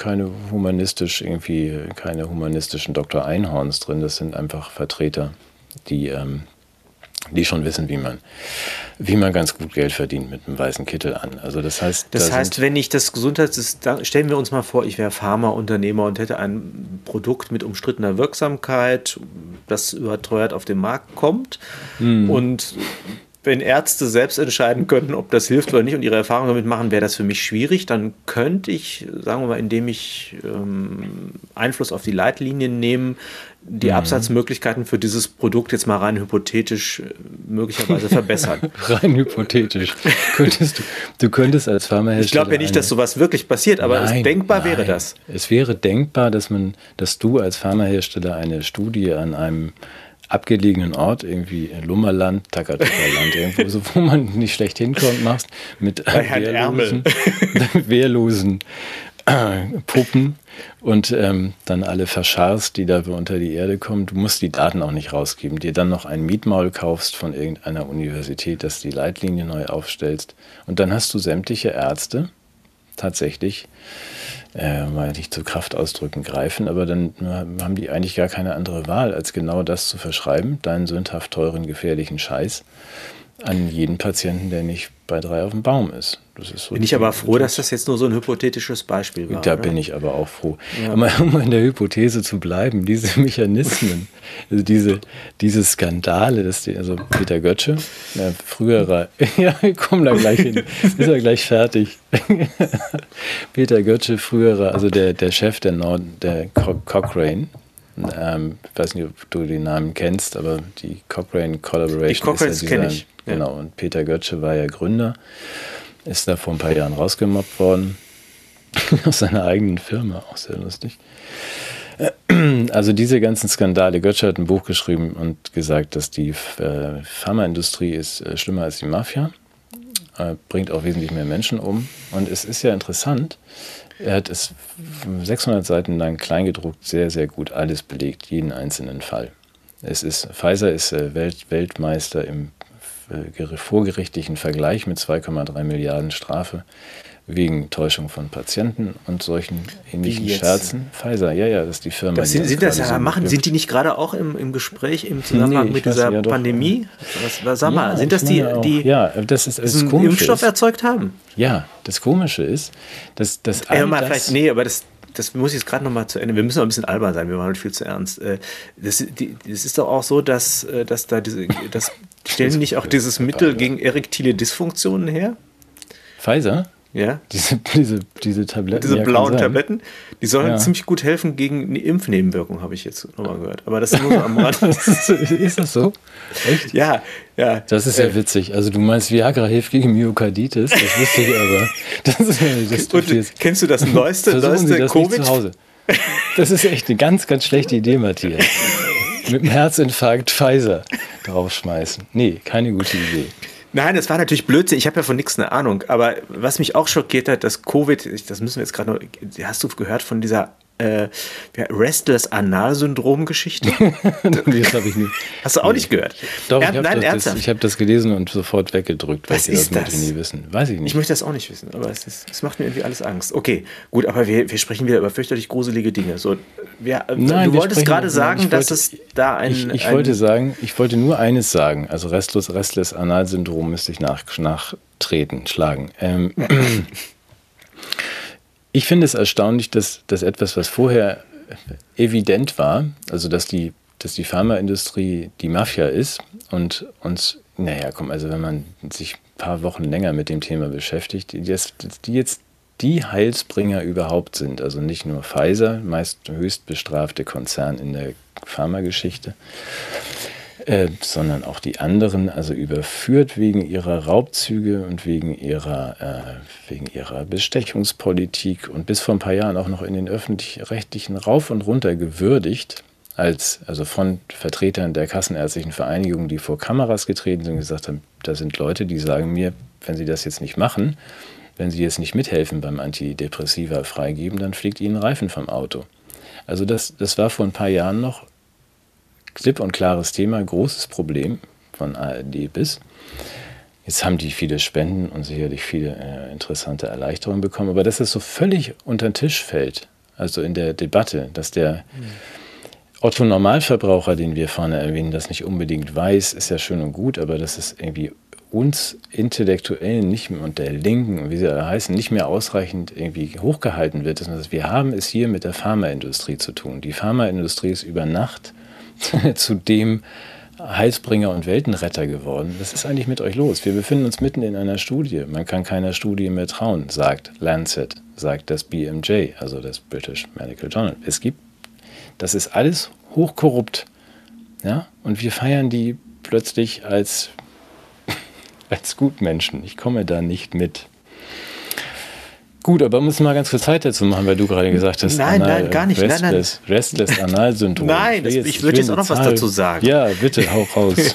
humanistischen Dr. Einhorns drin. Das sind einfach Vertreter, die schon wissen, wie man ganz gut Geld verdient mit einem weißen Kittel an. Also das heißt, wenn ich das Gesundheitssystem, stellen wir uns mal vor, ich wäre Pharmaunternehmer und hätte ein Produkt mit umstrittener Wirksamkeit, das überteuert auf den Markt kommt und wenn Ärzte selbst entscheiden könnten, ob das hilft oder nicht und ihre Erfahrungen damit machen, wäre das für mich schwierig. Dann könnte ich, sagen wir mal, indem ich Einfluss auf die Leitlinien nehme, die Absatzmöglichkeiten für dieses Produkt jetzt mal rein hypothetisch möglicherweise verbessern. Rein hypothetisch. Du könntest als Pharmahersteller... Ich glaube ja nicht, dass sowas wirklich passiert, aber denkbar wäre das. Es wäre denkbar, dass du als Pharmahersteller eine Studie an einem abgelegenen Ort, irgendwie in Lummerland, Takatuka-Land, irgendwo, so, wo man nicht schlecht hinkommt, machst, mit wehrlosen Puppen und dann alle verscharrst, die da unter die Erde kommen. Du musst die Daten auch nicht rausgeben. Dir dann noch ein Mietmaul kaufst von irgendeiner Universität, dass die Leitlinie neu aufstellst. Und dann hast du sämtliche Ärzte tatsächlich, mal nicht zu Kraftausdrücken greifen, aber dann haben die eigentlich gar keine andere Wahl, als genau das zu verschreiben, deinen sündhaft teuren, gefährlichen Scheiß an jeden Patienten, der nicht bei 3 auf dem Baum ist. Das ist so. Bin ich aber froh, dass das jetzt nur so ein hypothetisches Beispiel war. Da bin ich aber auch froh. Ja. Um in der Hypothese zu bleiben, diese Mechanismen, also diese Skandale, also Peter Götzsche, früherer, ja, wir kommen da gleich hin, ist er gleich fertig. Peter Götzsche, früherer, also der Chef der Cochrane, ich weiß nicht, ob du den Namen kennst, aber die Cochrane Collaboration. Die Cochranes kenne ich. Ja. Genau, und Peter Götzsche war ja Gründer, ist da vor ein paar Jahren rausgemobbt worden, aus seiner eigenen Firma, auch sehr lustig. Also diese ganzen Skandale, Götzsche hat ein Buch geschrieben und gesagt, dass die Pharmaindustrie ist schlimmer als die Mafia, bringt auch wesentlich mehr Menschen um. Und es ist ja interessant, er hat es 600 Seiten lang kleingedruckt, sehr, sehr gut alles belegt, jeden einzelnen Fall. Pfizer ist Weltmeister im vorgerichtlichen Vergleich mit 2,3 Milliarden Strafe wegen Täuschung von Patienten und solchen ähnlichen Scherzen. Pfizer, ja, das ist die Firma. Sind die nicht gerade auch im Gespräch im Zusammenhang mit dieser Pandemie? Sag mal, sind das die einen Impfstoff erzeugt haben? Ja, das Komische ist, dass das muss ich jetzt gerade noch mal zu Ende. Wir müssen noch ein bisschen albern sein, wir waren viel zu ernst. Das ist doch auch so, dass stellen nicht auch dieses Mittel gegen erektile Dysfunktionen her? Pfizer? Ja. Diese Tabletten. Diese blauen Tabletten, die sollen ziemlich gut helfen gegen Impfnebenwirkungen, habe ich jetzt nochmal gehört. Aber das ist nur so am Rand. Ist das so? Echt? Ja. Das ist ja witzig. Also du meinst, Viagra hilft gegen Myokarditis, das wusste ich aber. Kennst du das neueste Covid? Zu Hause. Das ist echt eine ganz, ganz schlechte Idee, Matthias. Mit dem Herzinfarkt Pfizer draufschmeißen. Nee, keine gute Idee. Nein, das war natürlich Blödsinn. Ich habe ja von nichts eine Ahnung. Aber was mich auch schockiert hat, dass Covid, das müssen wir jetzt gerade noch, hast du gehört von dieser Restless-Anal-Syndrom-Geschichte? Das habe ich nicht. Hast du auch nicht gehört? Doch, ich habe das gelesen und sofort weggedrückt. Was ist das? Nie wissen. Weiß ich nicht. Ich möchte das auch nicht wissen, aber es macht mir irgendwie alles Angst. Okay, gut, aber wir sprechen wieder über fürchterlich gruselige Dinge. So, du wolltest gerade sagen, dass es da Ich wollte nur eines sagen. Also Restless-Anal-Syndrom müsste ich nachtreten, schlagen. Ich finde es erstaunlich, dass etwas, was vorher evident war, also dass die Pharmaindustrie die Mafia ist und uns, naja, komm, also wenn man sich ein paar Wochen länger mit dem Thema beschäftigt, die jetzt die Heilsbringer überhaupt sind, also nicht nur Pfizer, meist höchst bestrafte Konzern in der Pharmageschichte, sondern auch die anderen, also überführt wegen ihrer Raubzüge und wegen ihrer Bestechungspolitik und bis vor ein paar Jahren auch noch in den öffentlich-rechtlichen rauf und runter gewürdigt, also von Vertretern der Kassenärztlichen Vereinigung, die vor Kameras getreten sind und gesagt haben, da sind Leute, die sagen mir, wenn sie das jetzt nicht machen, wenn sie jetzt nicht mithelfen beim Antidepressiva freigeben, dann fliegt ihnen Reifen vom Auto. Also das war vor ein paar Jahren noch klipp und klares Thema, großes Problem von ARD bis. Jetzt haben die viele Spenden und sicherlich viele interessante Erleichterungen bekommen, aber dass es so völlig unter den Tisch fällt, also in der Debatte, dass der Otto-Normalverbraucher, den wir vorne erwähnen, das nicht unbedingt weiß, ist ja schön und gut, aber dass es irgendwie uns Intellektuellen nicht mehr und der Linken, wie sie alle heißen, nicht mehr ausreichend irgendwie hochgehalten wird. Wir haben es hier mit der Pharmaindustrie zu tun. Die Pharmaindustrie ist über Nacht zu dem Heilsbringer und Weltenretter geworden. Was ist eigentlich mit euch los? Wir befinden uns mitten in einer Studie. Man kann keiner Studie mehr trauen, sagt Lancet, sagt das BMJ, also das British Medical Journal. Das ist alles hochkorrupt. Ja? Und wir feiern die plötzlich als Gutmenschen. Ich komme da nicht mit. Gut, aber müssen wir mal ganz kurz Zeit dazu machen, weil du gerade gesagt hast, nein, gar nicht. Restless Anal-Syndrom. Nein, ich würde jetzt auch noch was dazu sagen. Ja, bitte, hau raus.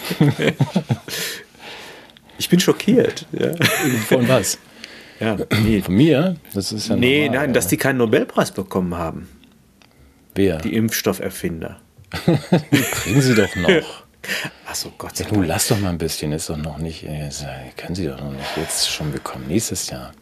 Ich bin schockiert. Ja. Von was? Ja, nee. Von mir? Das ist ja normal, nein, dass die keinen Nobelpreis bekommen haben. Wer? Die Impfstofferfinder. Kriegen sie doch noch. Achso, Gott sei Dank. Du lass doch mal ein bisschen, ist doch noch nicht, können sie doch noch nicht jetzt schon bekommen, nächstes Jahr.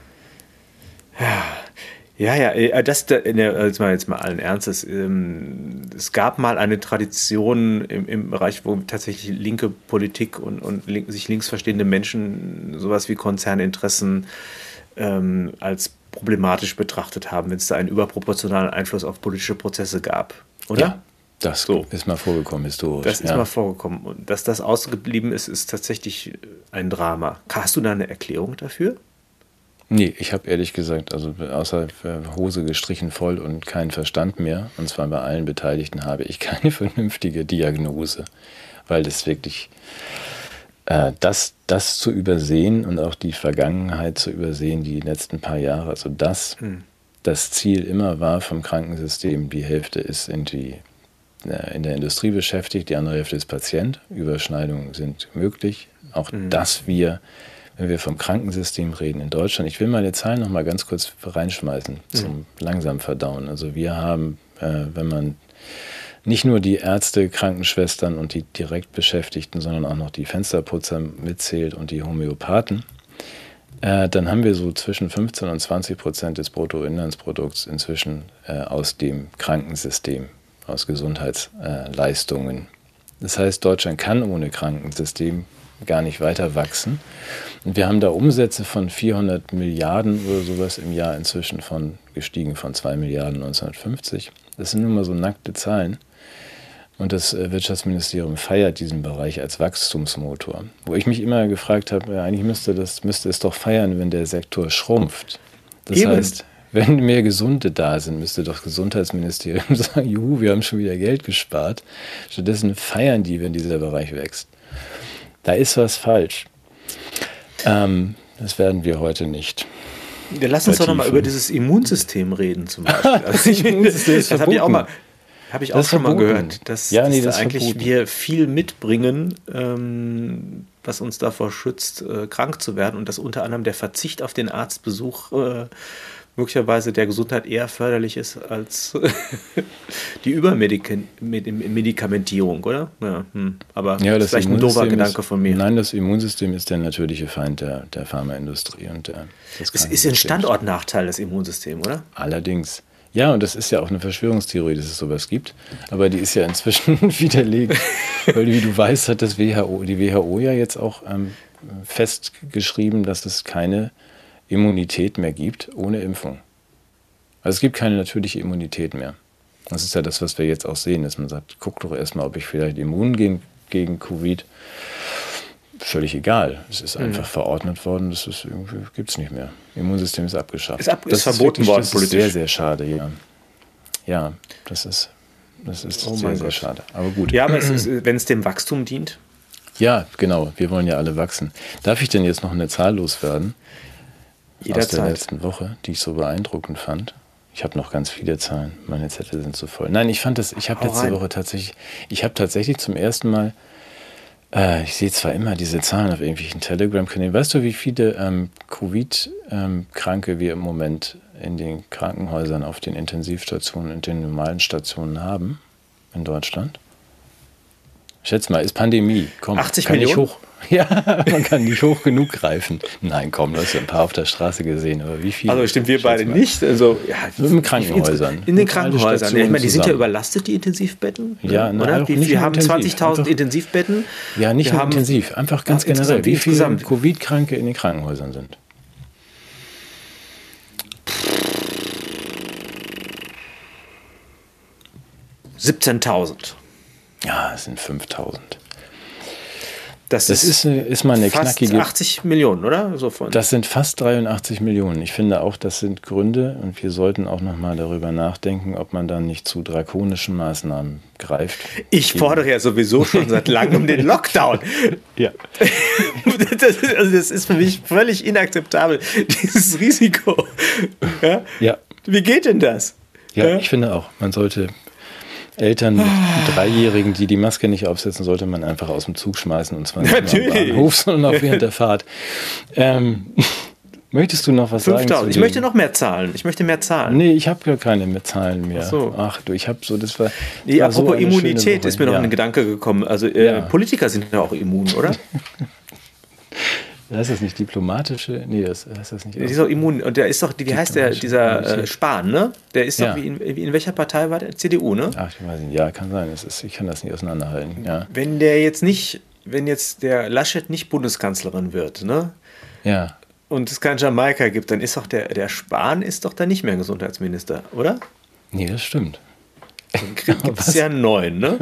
Ja, das jetzt mal allen Ernstes. Es gab mal eine Tradition im Bereich, wo tatsächlich linke Politik und sich links verstehende Menschen sowas wie Konzerninteressen als problematisch betrachtet haben, wenn es da einen überproportionalen Einfluss auf politische Prozesse gab, oder? Ja, das ist mal vorgekommen, historisch. Das ist mal vorgekommen. Und dass das ausgeblieben ist, ist tatsächlich ein Drama. Hast du da eine Erklärung dafür? Nee, ich habe ehrlich gesagt, also außer Hose gestrichen voll und kein Verstand mehr, und zwar bei allen Beteiligten, habe ich keine vernünftige Diagnose, weil das wirklich, das zu übersehen und auch die Vergangenheit zu übersehen, die letzten paar Jahre, also das Ziel immer war vom Krankensystem, die Hälfte ist in der Industrie beschäftigt, die andere Hälfte ist Patient, Überschneidungen sind möglich, auch dass wir, wenn wir vom Krankensystem reden in Deutschland, ich will meine Zahlen noch mal ganz kurz reinschmeißen zum langsam Verdauen. Also wir haben, wenn man nicht nur die Ärzte, Krankenschwestern und die direkt Beschäftigten, sondern auch noch die Fensterputzer mitzählt und die Homöopathen, dann haben wir so zwischen 15% und 20% des Bruttoinlandsprodukts inzwischen aus dem Krankensystem, aus Gesundheitsleistungen. Das heißt, Deutschland kann ohne Krankensystem gar nicht weiter wachsen. Und wir haben da Umsätze von 400 Milliarden oder sowas im Jahr inzwischen gestiegen von 2 Milliarden 1950. Das sind nun mal so nackte Zahlen. Und das Wirtschaftsministerium feiert diesen Bereich als Wachstumsmotor. Wo ich mich immer gefragt habe, eigentlich müsste es doch feiern, wenn der Sektor schrumpft. Das heißt, wenn mehr Gesunde da sind, müsste doch das Gesundheitsministerium sagen, juhu, wir haben schon wieder Geld gespart. Stattdessen feiern die, wenn dieser Bereich wächst. Da ist was falsch. Das werden wir heute nicht. Ja, lass uns doch nochmal über dieses Immunsystem reden zum Beispiel. Also das habe ich auch schon mal gehört, dass eigentlich wir viel mitbringen, was uns davor schützt, krank zu werden und dass unter anderem der Verzicht auf den Arztbesuch möglicherweise der Gesundheit eher förderlich ist als die Übermedikamentierung, oder? Ja, aber das ist vielleicht ein doofer Gedanke von mir. Nein, das Immunsystem ist der natürliche Feind der Pharmaindustrie. Es ist ein Standortnachteil, das Immunsystem, oder? Allerdings. Ja, und das ist ja auch eine Verschwörungstheorie, dass es sowas gibt. Aber die ist ja inzwischen widerlegt. Weil, wie du weißt, hat die WHO ja jetzt auch festgeschrieben, dass es keine Immunität mehr gibt ohne Impfung. Also es gibt keine natürliche Immunität mehr. Das ist ja das, was wir jetzt auch sehen, dass man sagt, guck doch erstmal, ob ich vielleicht immun gegen Covid. Völlig egal. Es ist einfach verordnet worden, das ist irgendwie, gibt es nicht mehr. Immunsystem ist abgeschafft. Ist verboten worden, das politisch. Das ist sehr, sehr schade, ja. Ja, das ist sehr, sehr schade. Aber gut. Ja, aber wenn es dem Wachstum dient? Ja, genau. Wir wollen ja alle wachsen. Darf ich denn jetzt noch eine Zahl loswerden? Aus der letzten Woche, die ich so beeindruckend fand. Ich habe noch ganz viele Zahlen. Meine Zettel sind so voll. Nein, ich habe letzte Woche tatsächlich zum ersten Mal, ich sehe zwar immer diese Zahlen auf irgendwelchen Telegram-Kanälen. Weißt du, wie viele Covid-Kranke wir im Moment in den Krankenhäusern, auf den Intensivstationen und den normalen Stationen haben in Deutschland? Schätz mal, ist Pandemie. Komm, 80 Millionen? Ja, man kann nicht hoch genug greifen. Nein, komm, du hast ja ein paar auf der Straße gesehen, aber wie viele? Also stimmt, wir beide nicht. Also, ja, in den Krankenhäusern. In den Krankenhäusern. Ich meine, die sind ja überlastet, die Intensivbetten. Ja, oder? Wir haben 20.000 Intensivbetten. Ja, nicht nur intensiv, einfach ganz generell. Wie viele Covid-Kranke in den Krankenhäusern sind? $17.000. Ja, es sind 5.000. Das ist mal eine fast knackige... 80 Millionen, oder? Das sind fast 83 Millionen. Ich finde auch, das sind Gründe und wir sollten auch noch mal darüber nachdenken, ob man dann nicht zu drakonischen Maßnahmen greift. Ich fordere ja sowieso schon seit langem den Lockdown. Ja. Das ist für mich völlig inakzeptabel, dieses Risiko. Ja. Wie geht denn das? Ja, ich finde auch, man sollte... Eltern mit Dreijährigen, die die Maske nicht aufsetzen, sollte man einfach aus dem Zug schmeißen. Und zwar nicht nur am Bahnhof, sondern auch während der Fahrt. Möchtest du noch was 5.000. Sagen? Ich möchte noch mehr Zahlen. Nee, ich habe gar keine mehr Zahlen mehr. Ach so. Ach du, ich habe so, das war. Nee, apropos so Immunität ist mir noch ein Gedanke gekommen. Also Politiker sind ja auch immun, oder? Heißt das nicht diplomatische? Nee, das heißt das nicht. Der ist auch immun. Und der ist doch, wie heißt der, dieser Spahn, ne? Der ist doch, in welcher Partei war der? CDU, ne? Ach, ich weiß nicht. Ja, kann sein. Ich kann das nicht auseinanderhalten. Ja. Wenn jetzt der Laschet nicht Bundeskanzlerin wird, ne? Ja. Und es kein Jamaika gibt, dann ist doch der Spahn ist doch dann nicht mehr Gesundheitsminister, oder? Nee, das stimmt. Dann gibt es ja einen neuen, ne?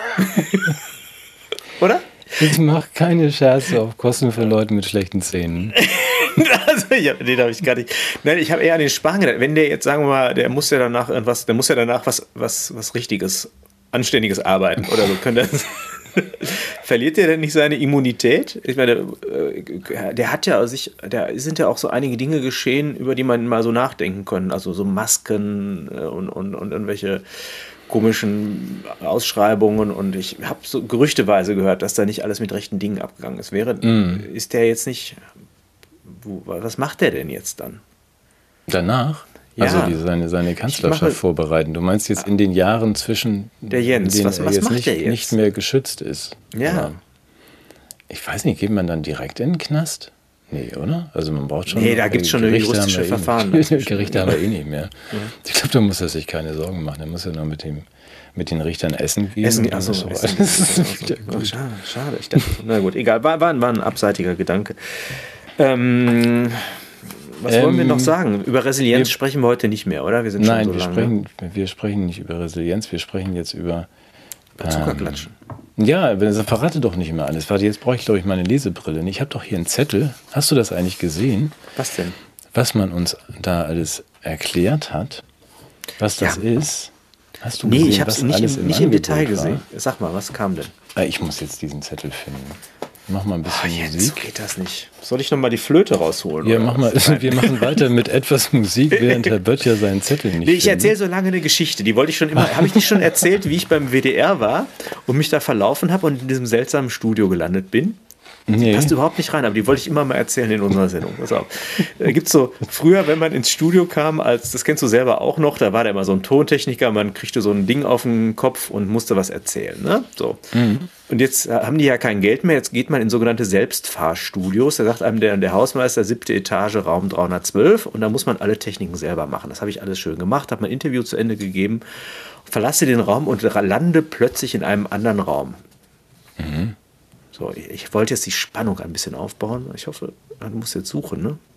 Oder? Ich mache keine Scherze auf Kosten von Leuten mit schlechten Zähnen. Also, den habe ich gar nicht. Nein, ich habe eher an den Spahn gedacht. Wenn der jetzt, sagen wir mal, der muss ja danach was Richtiges, Anständiges arbeiten oder so. Verliert der denn nicht seine Immunität? Ich meine, da sind ja auch so einige Dinge geschehen, über die man mal so nachdenken kann. Also so Masken und irgendwelche komischen Ausschreibungen, und ich habe so gerüchteweise gehört, dass da nicht alles mit rechten Dingen abgegangen ist. Ist der jetzt nicht, was macht der denn jetzt dann? Danach? Ja. Also seine Kanzlerschaft vorbereiten. Du meinst jetzt in den Jahren zwischen, der Jens, in denen was macht der jetzt? Nicht mehr geschützt ist. Ja. Oder? Ich weiß nicht, geht man dann direkt in den Knast? Nee, oder? Also man braucht schon... Nee, da gibt es schon juristische Verfahren. Gerichte haben wir eh nicht mehr. Ja. Ich glaube, da muss er sich keine Sorgen machen. Er muss ja nur mit den Richtern essen gehen. Schade. Ich dachte, na gut, egal. War ein abseitiger Gedanke. Was wollen wir noch sagen? Über Resilienz sprechen wir heute nicht mehr, oder? Wir sind schon so lange. Wir sprechen nicht über Resilienz, wir sprechen jetzt über Zuckerklatschen. Ja, verrate doch nicht immer alles. Warte, jetzt brauche ich, glaube ich, meine Lesebrille. Ich habe doch hier einen Zettel. Hast du das eigentlich gesehen? Was denn? Was man uns da alles erklärt hat, was das ist. Hast du gesehen, ich habe es nicht im Detail gesehen. Sag mal, was kam denn? Ich muss jetzt diesen Zettel finden. Mach mal ein bisschen Musik. Jetzt geht das nicht. Soll ich nochmal die Flöte rausholen? Ja, mach mal. Wir machen weiter mit etwas Musik, während Herr Böttcher seinen Zettel nicht findet. Ich erzähle so lange eine Geschichte. Die wollte ich schon immer. Habe ich nicht schon erzählt, wie ich beim WDR war und mich da verlaufen habe und in diesem seltsamen Studio gelandet bin? Nee. Passt überhaupt nicht rein, aber die wollte ich immer mal erzählen in unserer Sendung. Pass auf. Da gibt es so, früher, wenn man ins Studio kam, das kennst du selber auch noch, da war da immer so ein Tontechniker, man kriegte so ein Ding auf den Kopf und musste was erzählen. Ne? So. Mhm. Und jetzt haben die ja kein Geld mehr, jetzt geht man in sogenannte Selbstfahrstudios. Da sagt einem der Hausmeister, 7. Etage, Raum 312, und da muss man alle Techniken selber machen. Das habe ich alles schön gemacht, habe mein Interview zu Ende gegeben, verlasse den Raum und lande plötzlich in einem anderen Raum. Mhm. So, ich wollte jetzt die Spannung ein bisschen aufbauen. Ich hoffe, du musst jetzt suchen, ne?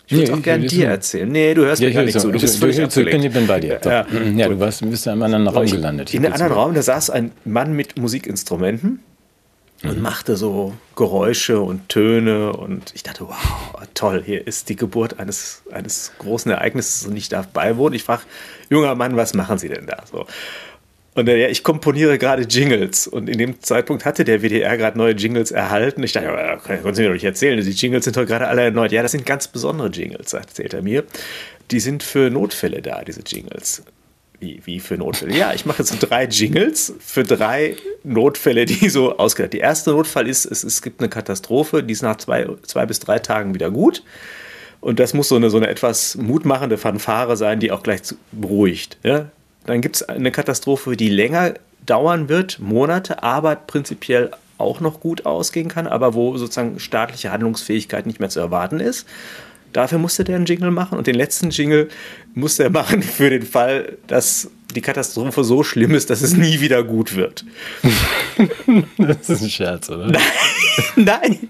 Ich würde es auch gerne dir erzählen. Nee, du hörst mir gar nicht zu. Du bist völlig abgelenkt. Ich bin bei dir. Ja, du bist in einem anderen Raum gelandet. In einem anderen Raum, da saß ein Mann mit Musikinstrumenten und machte so Geräusche und Töne. Und ich dachte, wow, toll, hier ist die Geburt eines großen Ereignisses und ich darf beiwohnen. Ich frage, junger Mann, was machen Sie denn da? So. Und ich komponiere gerade Jingles. Und in dem Zeitpunkt hatte der WDR gerade neue Jingles erhalten. Ich dachte, können Sie mir doch nicht erzählen, die Jingles sind doch gerade alle erneuert. Ja, das sind ganz besondere Jingles, erzählt er mir. Die sind für Notfälle da, diese Jingles. Wie für Notfälle? Ja, ich mache jetzt so 3 Jingles für 3 Notfälle, die so ausgedacht. Der erste Notfall ist, es gibt eine Katastrophe, die ist nach 2 bis 3 Tagen wieder gut. Und das muss so eine etwas mutmachende Fanfare sein, die auch gleich beruhigt. Ja? Dann gibt es eine Katastrophe, die länger dauern wird, Monate, aber prinzipiell auch noch gut ausgehen kann, aber wo sozusagen staatliche Handlungsfähigkeit nicht mehr zu erwarten ist. Dafür musste der einen Jingle machen und den letzten Jingle musste er machen für den Fall, dass die Katastrophe so schlimm ist, dass es nie wieder gut wird. Das ist ein Scherz, oder? Nein.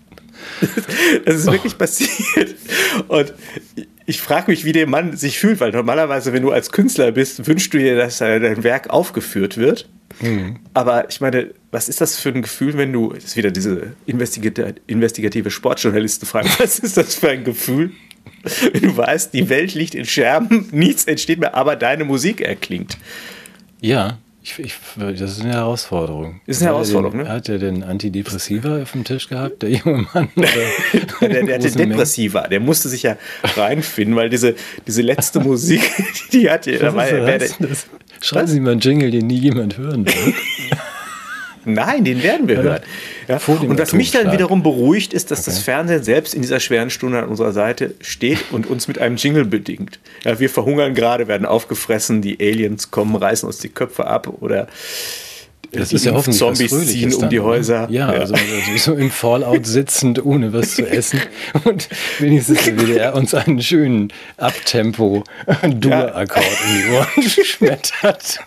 Das ist wirklich passiert. Und ich frage mich, wie der Mann sich fühlt, weil normalerweise, wenn du als Künstler bist, wünschst du dir, dass dein Werk aufgeführt wird. Mhm. Aber ich meine, was ist das für ein Gefühl, wenn du, das ist wieder diese investigative Sportjournalistenfrage, was ist das für ein Gefühl, wenn du weißt, die Welt liegt in Scherben, nichts entsteht mehr, aber deine Musik erklingt? Ja. Das ist eine Herausforderung. Ist eine Herausforderung, ne? Hat er denn Antidepressiva auf dem Tisch gehabt, der junge Mann? Der hatte Depressiva, der musste sich ja reinfinden, weil diese letzte Musik, die hat ja... Schreiben Sie mal einen Jingle, den nie jemand hören wird. Nein, den werden wir hören. Ja. Und was mich dann wiederum beruhigt, ist, dass das Fernsehen selbst in dieser schweren Stunde an unserer Seite steht und uns mit einem Jingle bedingt. Ja, wir verhungern gerade, werden aufgefressen, die Aliens kommen, reißen uns die Köpfe ab oder das ist ja hoffentlich Zombies ziehen um die Häuser. Ja, also so im Fallout sitzend, ohne was zu essen. Und wenigstens der WDR uns einen schönen Abtempo-Dur-Akkord in die Ohren schmettert.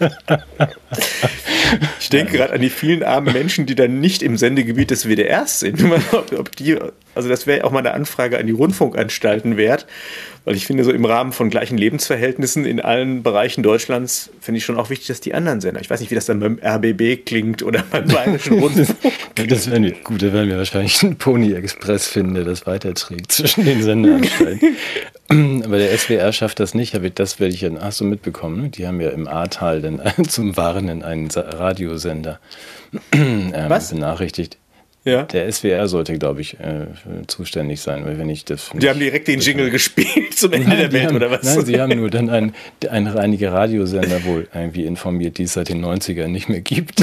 Ich denke gerade an die vielen armen Menschen, die dann nicht im Sendegebiet des WDRs sind. Also das wäre auch mal eine Anfrage an die Rundfunkanstalten wert, weil ich finde, so im Rahmen von gleichen Lebensverhältnissen in allen Bereichen Deutschlands finde ich schon auch wichtig, dass die anderen Sender, ich weiß nicht, wie das dann beim RBB klingt oder beim Bayerischen Rundfunk. Das wäre gut, da werden wir wahrscheinlich einen Pony Express finden, der das weiterträgt zwischen den Sendeanstalten. Aber der SWR schafft das nicht, das werde ich ja, hast du mitbekommen, ne? Die haben ja im Ahrtal dann zum Warnen einen Radiosender benachrichtigt. Ja. Der SWR sollte, glaube ich, zuständig sein, weil wenn ich das... Die haben direkt den Jingle gespielt zum Ende der Welt, oder was? Nein, sie haben nur dann einige Radiosender wohl irgendwie informiert, die es seit den 90ern nicht mehr gibt.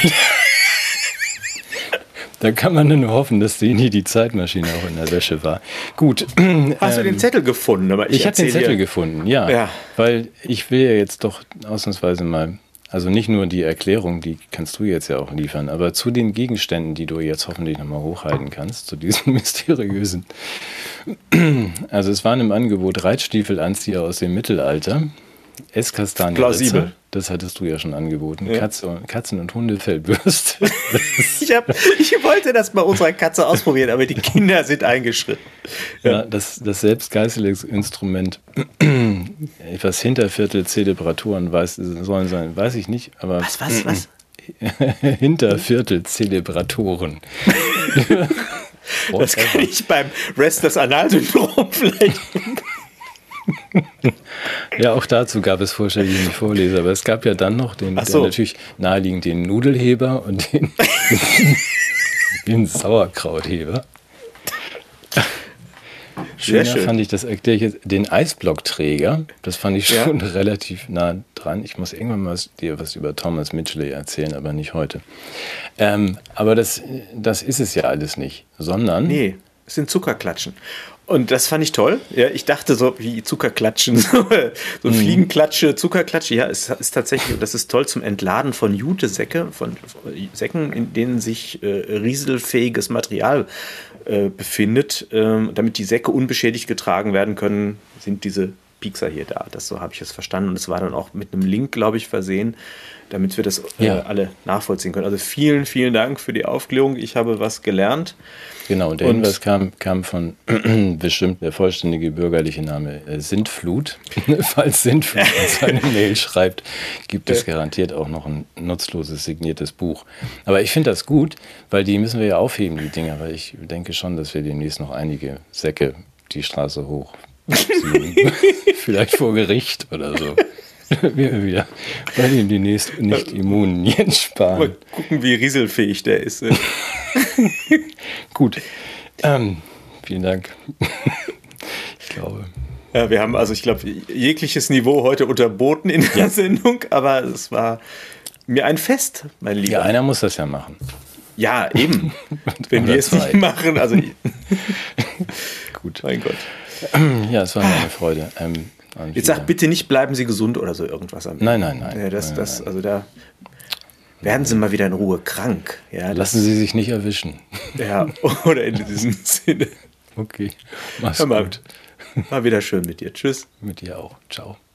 Da kann man nur hoffen, dass die Zeitmaschine auch in der Wäsche war. Gut. Hast du den Zettel gefunden? Aber ich habe den Zettel gefunden, ja. Weil ich will ja jetzt doch ausnahmsweise mal... Also nicht nur die Erklärung, die kannst du jetzt ja auch liefern, aber zu den Gegenständen, die du jetzt hoffentlich nochmal hochhalten kannst, zu diesen mysteriösen. Also es waren im Angebot Reitstiefelanzieher aus dem Mittelalter, Esskastanie. Plausibel. Das hattest du ja schon angeboten. Ja. Katzen- und Hundefellbürste. Ich wollte das bei unserer Katze ausprobieren, aber die Kinder sind eingeschritten. Ja, das Selbstgeißelungsinstrument, etwas Hinterviertel-Zelebratoren sollen sein, weiß ich nicht. Aber was? Hinterviertel-Zelebratoren. Das kann ich beim Restless-Anal-Syndrom vielleicht... Ja, auch dazu gab es Vorschläge, die ich nicht vorlese, aber es gab ja dann noch natürlich naheliegend den Nudelheber und den Sauerkrautheber. Schöner fand ich, das erkläre ich jetzt, den Eisblockträger, das fand ich schon relativ nah dran. Ich muss irgendwann mal dir was über Thomas Midgley erzählen, aber nicht heute. Aber das ist es ja alles nicht, sondern... Nee, es sind Zuckerklatschen. Und das fand ich toll. Ja, ich dachte so wie Zuckerklatschen, so Fliegenklatsche, Zuckerklatsche. Ja, es ist tatsächlich, und das ist toll zum Entladen von Jutesäcke, von Säcken, in denen sich rieselfähiges Material befindet. Damit die Säcke unbeschädigt getragen werden können, sind diese Piekser hier da. So habe ich es verstanden. Und es war dann auch mit einem Link, glaube ich, versehen, damit wir das alle nachvollziehen können. Also vielen, vielen Dank für die Aufklärung. Ich habe was gelernt. Genau, und der Hinweis kam von bestimmt der vollständige bürgerliche Name Sintflut. Falls Sintflut uns eine Mail schreibt, gibt es garantiert auch noch ein nutzloses signiertes Buch. Aber ich finde das gut, weil die müssen wir ja aufheben, die Dinger, weil ich denke schon, dass wir demnächst noch einige Säcke die Straße hoch vielleicht vor Gericht oder so. Wir wieder bei dem demnächst nicht immunen Jens Spahn. Mal gucken, wie rieselfähig der ist. Gut. Vielen Dank. Ich glaube. Ja, wir haben ich glaube, jegliches Niveau heute unterboten in der Sendung, aber es war mir ein Fest, mein Lieber. Ja, einer muss das ja machen. Ja, eben. Wenn wir es nicht machen, Gut. Mein Gott. Ja, es war mir eine Freude. Jetzt sag bitte nicht, bleiben Sie gesund oder so irgendwas. Nein. Ja, nein. Also da werden Sie mal wieder in Ruhe krank. Ja, lassen Sie sich nicht erwischen. Ja, oder in diesem Sinne. Okay, mach's gut. gut. War wieder schön mit dir. Tschüss. Mit dir auch. Ciao.